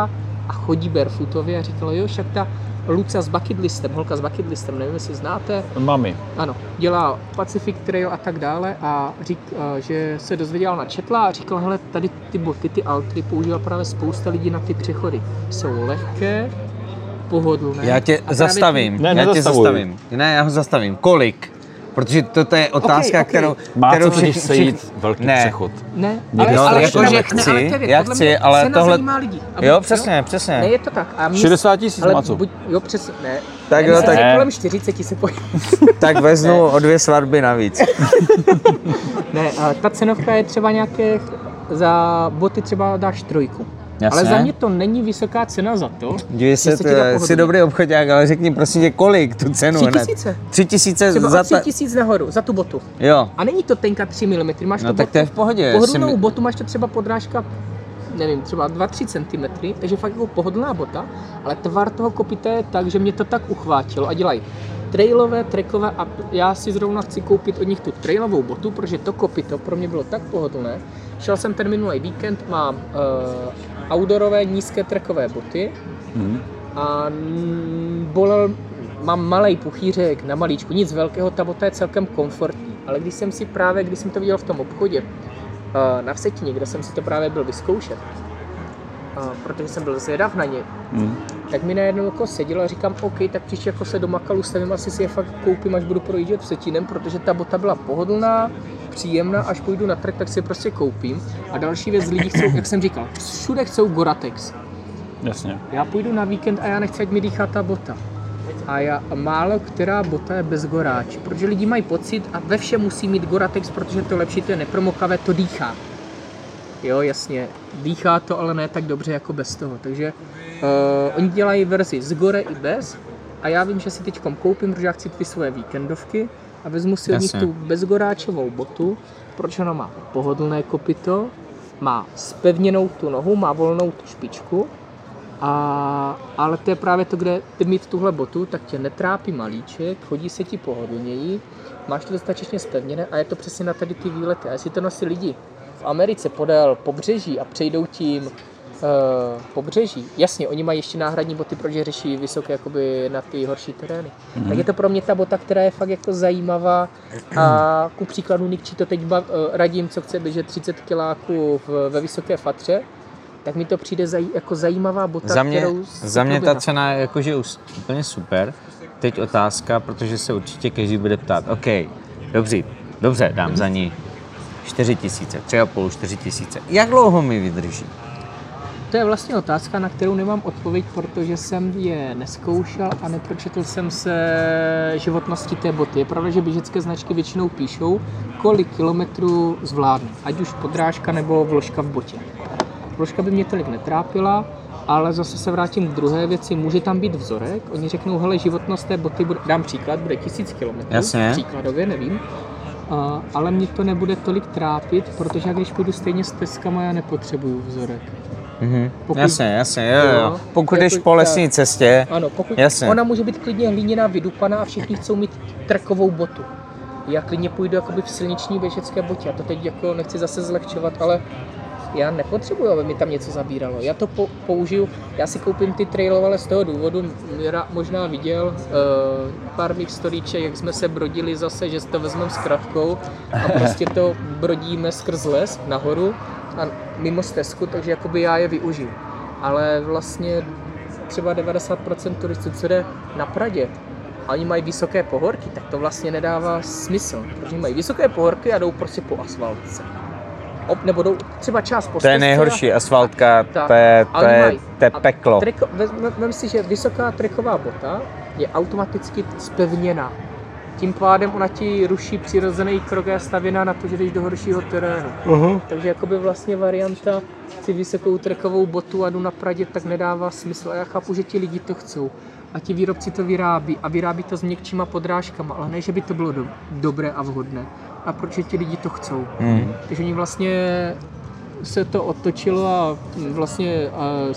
S3: a chodí barefootově a říkala, jo, však ta Luca s bucket listem, holka s bucket listem, nevím, jestli znáte.
S1: Mami.
S3: Ano, dělá Pacific Trail a tak dále a že se dozvěděla, načetla a říkala, hele, tady ty boty, ty Altry používá právě spousta lidí na ty přechody. Jsou lehké, pohodlné.
S2: Já tě zastavím. Ne, já ho zastavím. Kolik? Protože to je otázka,
S3: okay.
S1: Má to totiž sejít velký přechod.
S3: Ne,
S2: ale jakože chci, ale tohle...
S3: Lidi.
S2: Jo, přesně.
S3: Ne, je to tak. A
S1: 60 000 má co?
S3: Jo, přesně, ne.
S2: Tak jo, tak...
S3: Kolem 40 se pojím.
S2: Tak vezmu o 2 svatby navíc.
S3: Ne, ta cenovka je třeba nějaké, za boty třeba dáš 3.
S2: Jasně.
S3: Ale za mě to není vysoká cena za to.
S2: Dívej se, jsi dobrý obchodák, ale řekni prosím tě, kolik tu cenu
S3: 3 000. Třeba
S2: za
S3: 3 000 nahoru, za tu botu.
S2: Jo.
S3: A není to tenka 3 mm, máš
S2: no
S3: to
S2: tak to je v pohodě.
S3: Pohodlnou botu, máš to třeba podrážka, nevím, třeba 2-3 cm, takže fakt jako pohodlná bota, ale tvar toho kopyta je tak, že mě to tak uchvátilo a dělají trailové, trackové a já si zrovna chci koupit od nich tu trailovou botu, protože to kopyto pro mě bylo tak pohodlné. Šel jsem ten minulý víkend, mám outdoorové nízké trackové boty a mám malej puchýřek na malíčku, nic velkého, ta bota je celkem komfortní, ale když jsem to viděl v tom obchodě na Vsetíně, kde jsem si to právě byl vyzkoušet, protože jsem byl zvědav na ně, tak mi najednou jako sedělo a říkám, OK, tak příště jako se do Makalu stavím, asi si je fakt koupím, až budu projíždět Vsetínem, protože ta bota byla pohodlná, příjemná, až půjdu na trek, tak si je prostě koupím. A další věc, lidi chcou, jak jsem říkal, všude chcou Gore-Tex.
S1: Jasně.
S3: Já půjdu na víkend a já nechci, ať mi dýchá ta bota. A málo která bota je bez goráče, protože lidi mají pocit a ve všem musí mít Gore-Tex, protože to lepší, to je nepromokavé, to dýchá. Jo, jasně, dýchá to, ale ne tak dobře jako bez toho, takže oni dělají verzi z Gore i bez a já vím, že si teďkom koupím, protože já chci ty svoje víkendovky a vezmu si od nich tu bezgoráčovou botu, protože ona má pohodlné kopyto, má spevněnou tu nohu, má volnou tu špičku, ale to je právě to, kde ty mít tuhle botu, tak tě netrápí malíček, chodí se ti pohodlněji, máš to dostatečně spevněné a je to přesně na tady ty výlety. A jestli to nosí lidi v Americe podél pobřeží a přejdou tím pobřeží, jasně, oni mají ještě náhradní boty, protože řeší vysoké jakoby na ty horší terény. Tak je to pro mě ta bota, která je fakt jako zajímavá a ku příkladu Nikči to teď radím, co chce běžet 30 kiláků ve vysoké fatře, tak mi to přijde jako zajímavá bota,
S2: za mě ta cena je jakože úplně super. Teď otázka, protože se určitě každý bude ptát, OK, dobře, dám za ní 4 000, 3,5, 4 000. Jak dlouho mi vydrží?
S3: To je vlastně otázka, na kterou nemám odpověď, protože jsem je neskoušel a nepročetl jsem se životnosti té boty. Je pravda, že běžecké značky většinou píšou, kolik kilometrů zvládne, ať už podrážka nebo vložka v botě. Vložka by mě tolik netrápila, ale zase se vrátím k druhé věci, může tam být vzorek, oni řeknou, hele, životnost té boty, dám příklad, bude 1000 km, příkladově, nevím, ale mě to nebude tolik trápit, protože když půjdu stejně s teskama, já nepotřebuju vzorek.
S2: Jasně, jo. Pokud jdeš po lesní cestě,
S3: ano,
S2: jasně.
S3: Ona může být klidně hlíněná, vydupaná a všichni chcou mít trekovou botu. Já klidně půjdu jakoby v silniční běžecké botě, a to teď jako nechci zase zlehčovat, ale já nepotřebuji, aby mi tam něco zabíralo. Já to použiju, já si koupím ty trailové z toho důvodu, Mira možná viděl pár mých storíček, jak jsme se brodili zase, že si to vezmeme s kratkou a prostě to brodíme skrz les nahoru a mimo stezku, takže jakoby já je využiju. Ale vlastně třeba 90% turistů, co jde na Pradě, a oni mají vysoké pohorky, tak to vlastně nedává smysl, protože mají vysoké pohorky a jdou prostě po asfaltce. Nebo jdou třeba část po stezce.
S2: To je nejhorší asfaltka, to je peklo.
S3: Vem si, že vysoká treková bota je automaticky zpevněná. Tím pádem ona ti ruší přirozený krok a stavěná na to, že jdeš do horšího terénu. Takže jakoby vlastně varianta si vysokou trekovou botu a jdu na Pradě, tak nedává smysl. A já chápu, že ti lidi to chcou. A ti výrobci to vyrábí a vyrábí to s měkčíma podrážkama, ale ne, že by to bylo dobré a vhodné. A proč ti lidi to chcou? Takže oni vlastně se to otočilo a vlastně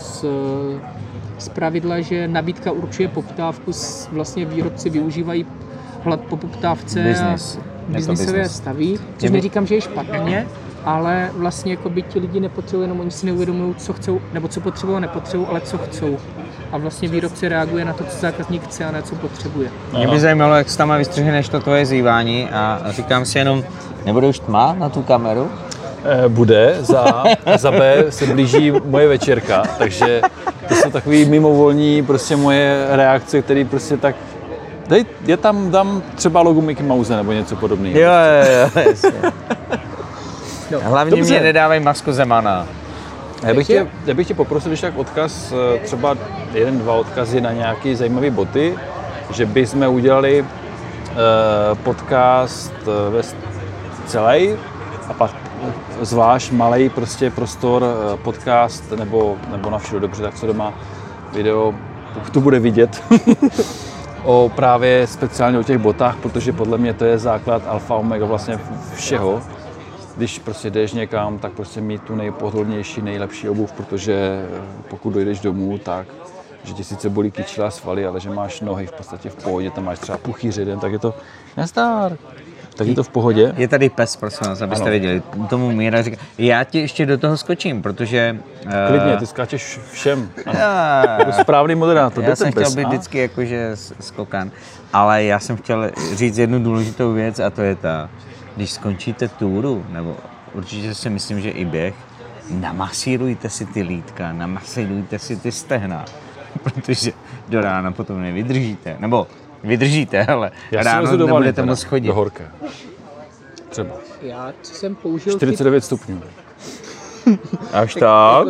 S3: z pravidla, že nabídka určuje poptávku, vlastně výrobci využívají hlad po poptávce a biznisové staví. Což neříkám, že je špatně, ale vlastně jako by ti lidi nepotřebují, jenom oni si neuvědomují, co chcou, nebo co potřebují a nepotřebují, ale co chcou. A vlastně výrobce reaguje na to, co zákazník chce a ne co potřebuje.
S2: Mě by zajímalo, jak se tam vystřihneš to tvoje zývání a říkám si jenom, nebude už tma na tu kameru?
S1: Bude, za B se blíží moje večerka, takže to jsou takový mimovolní prostě moje reakce, které prostě tak je tam, dám třeba logo Mickey Mouse nebo něco podobného.
S2: Jo, jasně.
S3: No,
S2: Hlavně
S1: dobře.
S2: mě nedávají masku Zemana.
S1: Já bych tě poprosil, když tak odkaz, třeba 1-2 odkazy na nějaké zajímavé boty, že bychom udělali podcast ve celý a pak zvlášť malej prostě prostor, podcast nebo na všude dobře, tak co doma video, to bude vidět. O právě speciálně o těch botách, protože podle mě to je základ alfa omega vlastně všeho. Když prostě jdeš někam, tak prostě mít tu nejpohodlnější, nejlepší obuv, protože pokud dojdeš domů, tak že ti sice bolí kyčle a svaly, ale že máš nohy v podstatě v pohodě, tam máš třeba puchýř jeden, tak je to nezdár. Tak je to v pohodě.
S2: Je tady pes, prosím vás, abyste
S1: Ano.
S2: věděli. Tomu Míra říká, já ti ještě do toho skočím, protože...
S1: Klidně, ty skáčeš všem. Ano.
S2: já,
S1: Jako správný moderátor.
S2: já jsem chtěl
S1: pes,
S2: být
S1: a?
S2: vždycky jakože skokan, ale já jsem chtěl říct jednu důležitou věc a to je ta, když skončíte túru, nebo určitě si myslím, že i běh, namasírujte si ty lítka, namasírujte si ty stehna, protože do rána potom nevydržíte, nebo vydržíte, ale
S1: Já si
S2: ráno
S1: lezu do vany
S2: nebudete
S1: teda,
S2: moc chodit.
S1: do horké. Třeba.
S3: Já co jsem použil
S1: 49 stupňů.
S2: Až tak?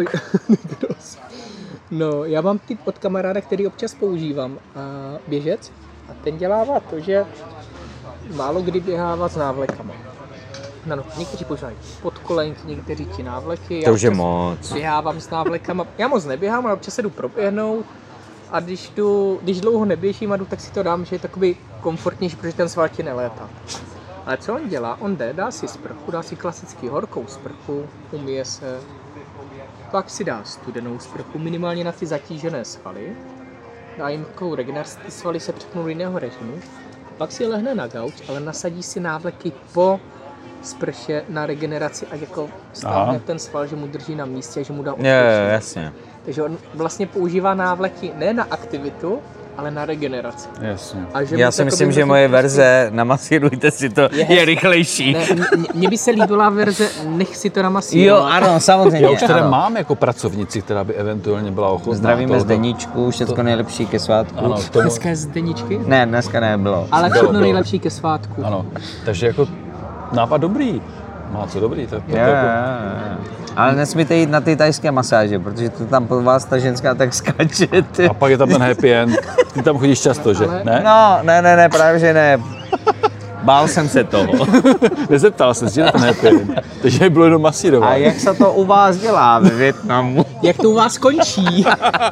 S3: No, já mám typ od kamaráda, který občas používám. Běžec. A ten dělává to, že málo kdy běhává s návlekama. No, někteří používají podkolenky, někteří ti návleky.
S2: To už je
S3: občas
S2: moc.
S3: Běhávám s návlekama. Já moc neběhám, ale občas se jdu proběhnout. A když dlouho neběžím a jdu, tak si to dám, že je takový komfortnější, protože ten sval ti nelétá. Ale co on dělá? On jde, dá si sprchu, dá si klasický horkou sprchu, umije se, pak si dá studenou sprchu, minimálně na ty zatížené svaly, dá jim takovou regeneraci, ty svaly se přepnou do jiného režimu, pak si lehne na gauč, ale nasadí si návleky po sprše na regeneraci a jako stáhne ten sval, že mu drží na místě, že mu dá odpočinout.
S2: Jo, jasně.
S3: Takže on vlastně používá návleky ne na aktivitu, ale na regeneraci.
S1: Jasně.
S3: A že
S2: Já
S3: mu
S2: si
S3: to
S2: myslím,
S3: jakoby
S2: že moje verze namasírujte si to je rychlejší.
S3: Ne, mně by se líbila verze, nech si to
S2: Jo,
S3: namasírovat.
S2: ano, samozřejmě.
S1: Já už teda
S2: ano.
S1: mám jako pracovnici, která by eventuálně byla ochotná.
S2: Zdravíme Zdeníčku, všechno nejlepší ke svátku.
S1: Ano, k tomu,
S3: Dneska je Zdeničky,
S2: Ne, dneska nebylo.
S3: ale
S1: Bylo,
S3: všechno
S1: bylo.
S3: nejlepší ke svátku.
S1: ano. Takže jako nápad dobrý. Má co dobrý. To
S2: Jo, ale nesmíte jít na ty tajské masáže, protože to tam po vás ta ženská tak skáče. Ty.
S1: A pak je tam ten happy end. Ty tam chodíš často, že?
S3: Ale-
S1: Ne?
S2: No, ne, právě že ne. Bál jsem se toho.
S1: Nezeptal jsem si na ten happy end. Takže bylo jenom masírovat.
S2: A jak se to u vás dělá ve Vietnamu?
S3: Jak to u vás končí?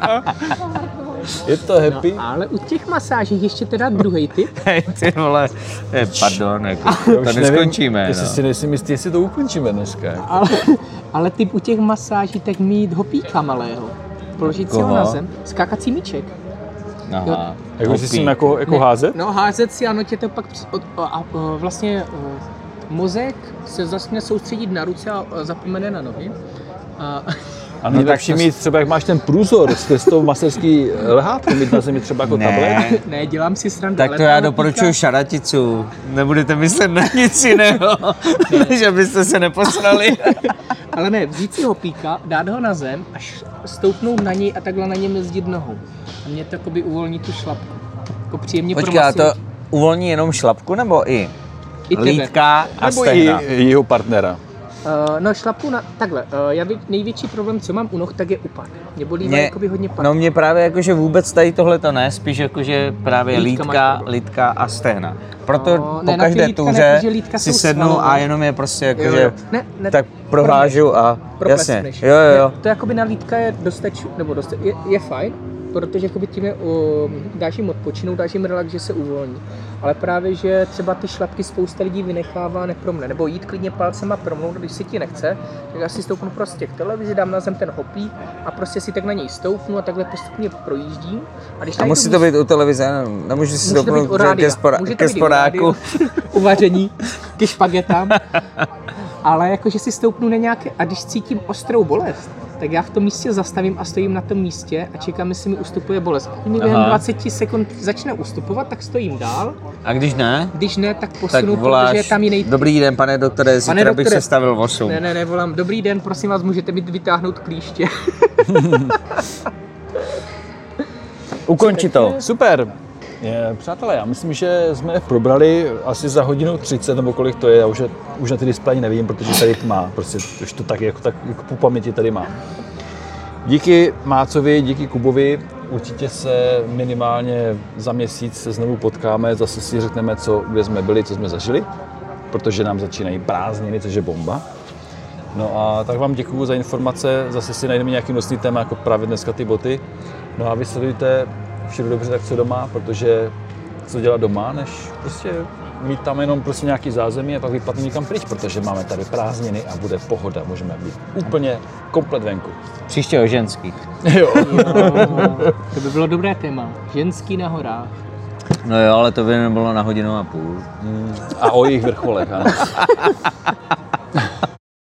S1: Je to happy?
S3: Ale u těch masáží ještě teda druhý typ.
S2: Hej, ty vole, pardon, jako,
S1: Já už
S2: to
S1: nevím,
S2: neskončíme.
S1: Jestli
S2: No.
S1: si nejsem jistý, jestli to ukončíme dneska.
S3: Ale typ u těch masáží, tak mít hopíka malého. Položit si ho
S2: Koho?
S3: na zem. Skákací míček.
S2: Aha.
S1: Jako si s ním
S2: Hopík.
S1: jako
S3: Ne,
S1: házet?
S3: No házet si, ano, tě to pak vlastně mozek se začne soustředit na ruce a zapomene na nohy. A,
S1: A nejlepší
S2: tak to-
S1: mít třeba, jak máš ten průzor skrz toho maserský lehátko, mít na zemi třeba jako tablet.
S2: Ne,
S3: ne, dělám si srandu.
S2: tak
S3: ale
S2: to já
S3: toho
S2: doporučuji
S3: hopíka-
S2: šaraticu. Nebudete myslet na nic jiného, než abyste se neposrali.
S3: Ale ne, vzít si hopíka, dát ho na zem, až stoupnout na něj a takhle na něm jezdit nohou. A mě to jakoby uvolní tu šlapku. Jako příjemně
S2: Počkej, a to
S3: promasírovat.
S2: uvolní jenom šlapku, nebo i
S3: I tebe.
S2: lítka a
S1: Nebo
S2: stehna?
S1: i jeho partnera.
S3: No šlapku na, takhle, největší problém, co mám u noh, tak je upad. Mě bolí jakoby hodně pad.
S2: No mě právě jakože vůbec tady tohle to ne, spíš jakože právě
S3: Lítka máš
S2: lítka,
S3: problém.
S2: lítka a stehna. Proto
S3: No,
S2: po
S3: ne, na ty
S2: každé
S3: lítka ne,
S2: tuře
S3: protože lítka
S2: si
S3: jsou
S2: sednu
S3: svalové.
S2: a jenom je prostě
S3: Jo,
S2: jakože
S3: jo. Ne,
S2: tak prohážu a jasně.
S3: Propleskneš.
S2: Jo.
S3: Ne, to jakoby na lítka je je fajn, protože jakoby tím dáš jim odpočinout, dáš jim relax, že se uvolní. Ale právě, že třeba ty šlapky spousta lidí vynechává nepromne. Nebo jít klidně palcema promnout, když si ti nechce, tak já si stoupnu prostě k televizi, dám na zem ten hopík a prostě si tak na něj stoupnu a takhle postupně projíždím. A když
S2: A musí to být u televize, nemůžu si
S3: Může to být
S2: stoupnout
S3: u rádia.
S2: ke
S3: Může to být i u
S2: sporáku.
S3: rádia. Uvaření, ke špagetám. Ale jakože si stoupnu na nějaké, a když cítím ostrou bolest, tak já v tom místě zastavím a stojím na tom místě a čekám, jestli mi ustupuje bolest. Pokud mi během 20 sekund začne ustupovat, tak stojím dál.
S2: A když ne?
S3: Když ne, tak
S2: Tak
S3: posunu,
S2: voláš,
S3: protože je tam jiný...
S2: dobrý den, pane doktore, zítra bych se stavil 8.
S3: Ne, volám, dobrý den, prosím vás, můžete mi vytáhnout klíště.
S2: Ukonči to.
S1: Super. Přátelé, já myslím, že jsme probrali asi za 1:30 nebo kolik to je, já už na ty displeji nevím, protože tady má, prostě už to tak jako po paměti tady má. Díky Mácovi, díky Kubovi, určitě se minimálně za měsíc se znovu potkáme, zase si řekneme, kde jsme byli, co jsme zažili, protože nám začínají prázdniny, což je bomba. No a tak vám děkuju za informace, zase si najdeme nějaký nosný téma, jako právě dneska ty boty. No a vy sledujte Všude dobře, tak co doma, protože co dělat doma, než prostě mít tam jenom prostě nějaký zázemí a pak vypadne někam pryč, protože máme tady prázdniny a bude pohoda, můžeme být úplně komplet venku.
S2: Příště o ženských.
S1: Jo.
S3: To by bylo dobré téma. Ženský na horách.
S2: No jo, ale to by nebylo na 1,5 hodiny.
S1: A o jejich vrcholech, ano.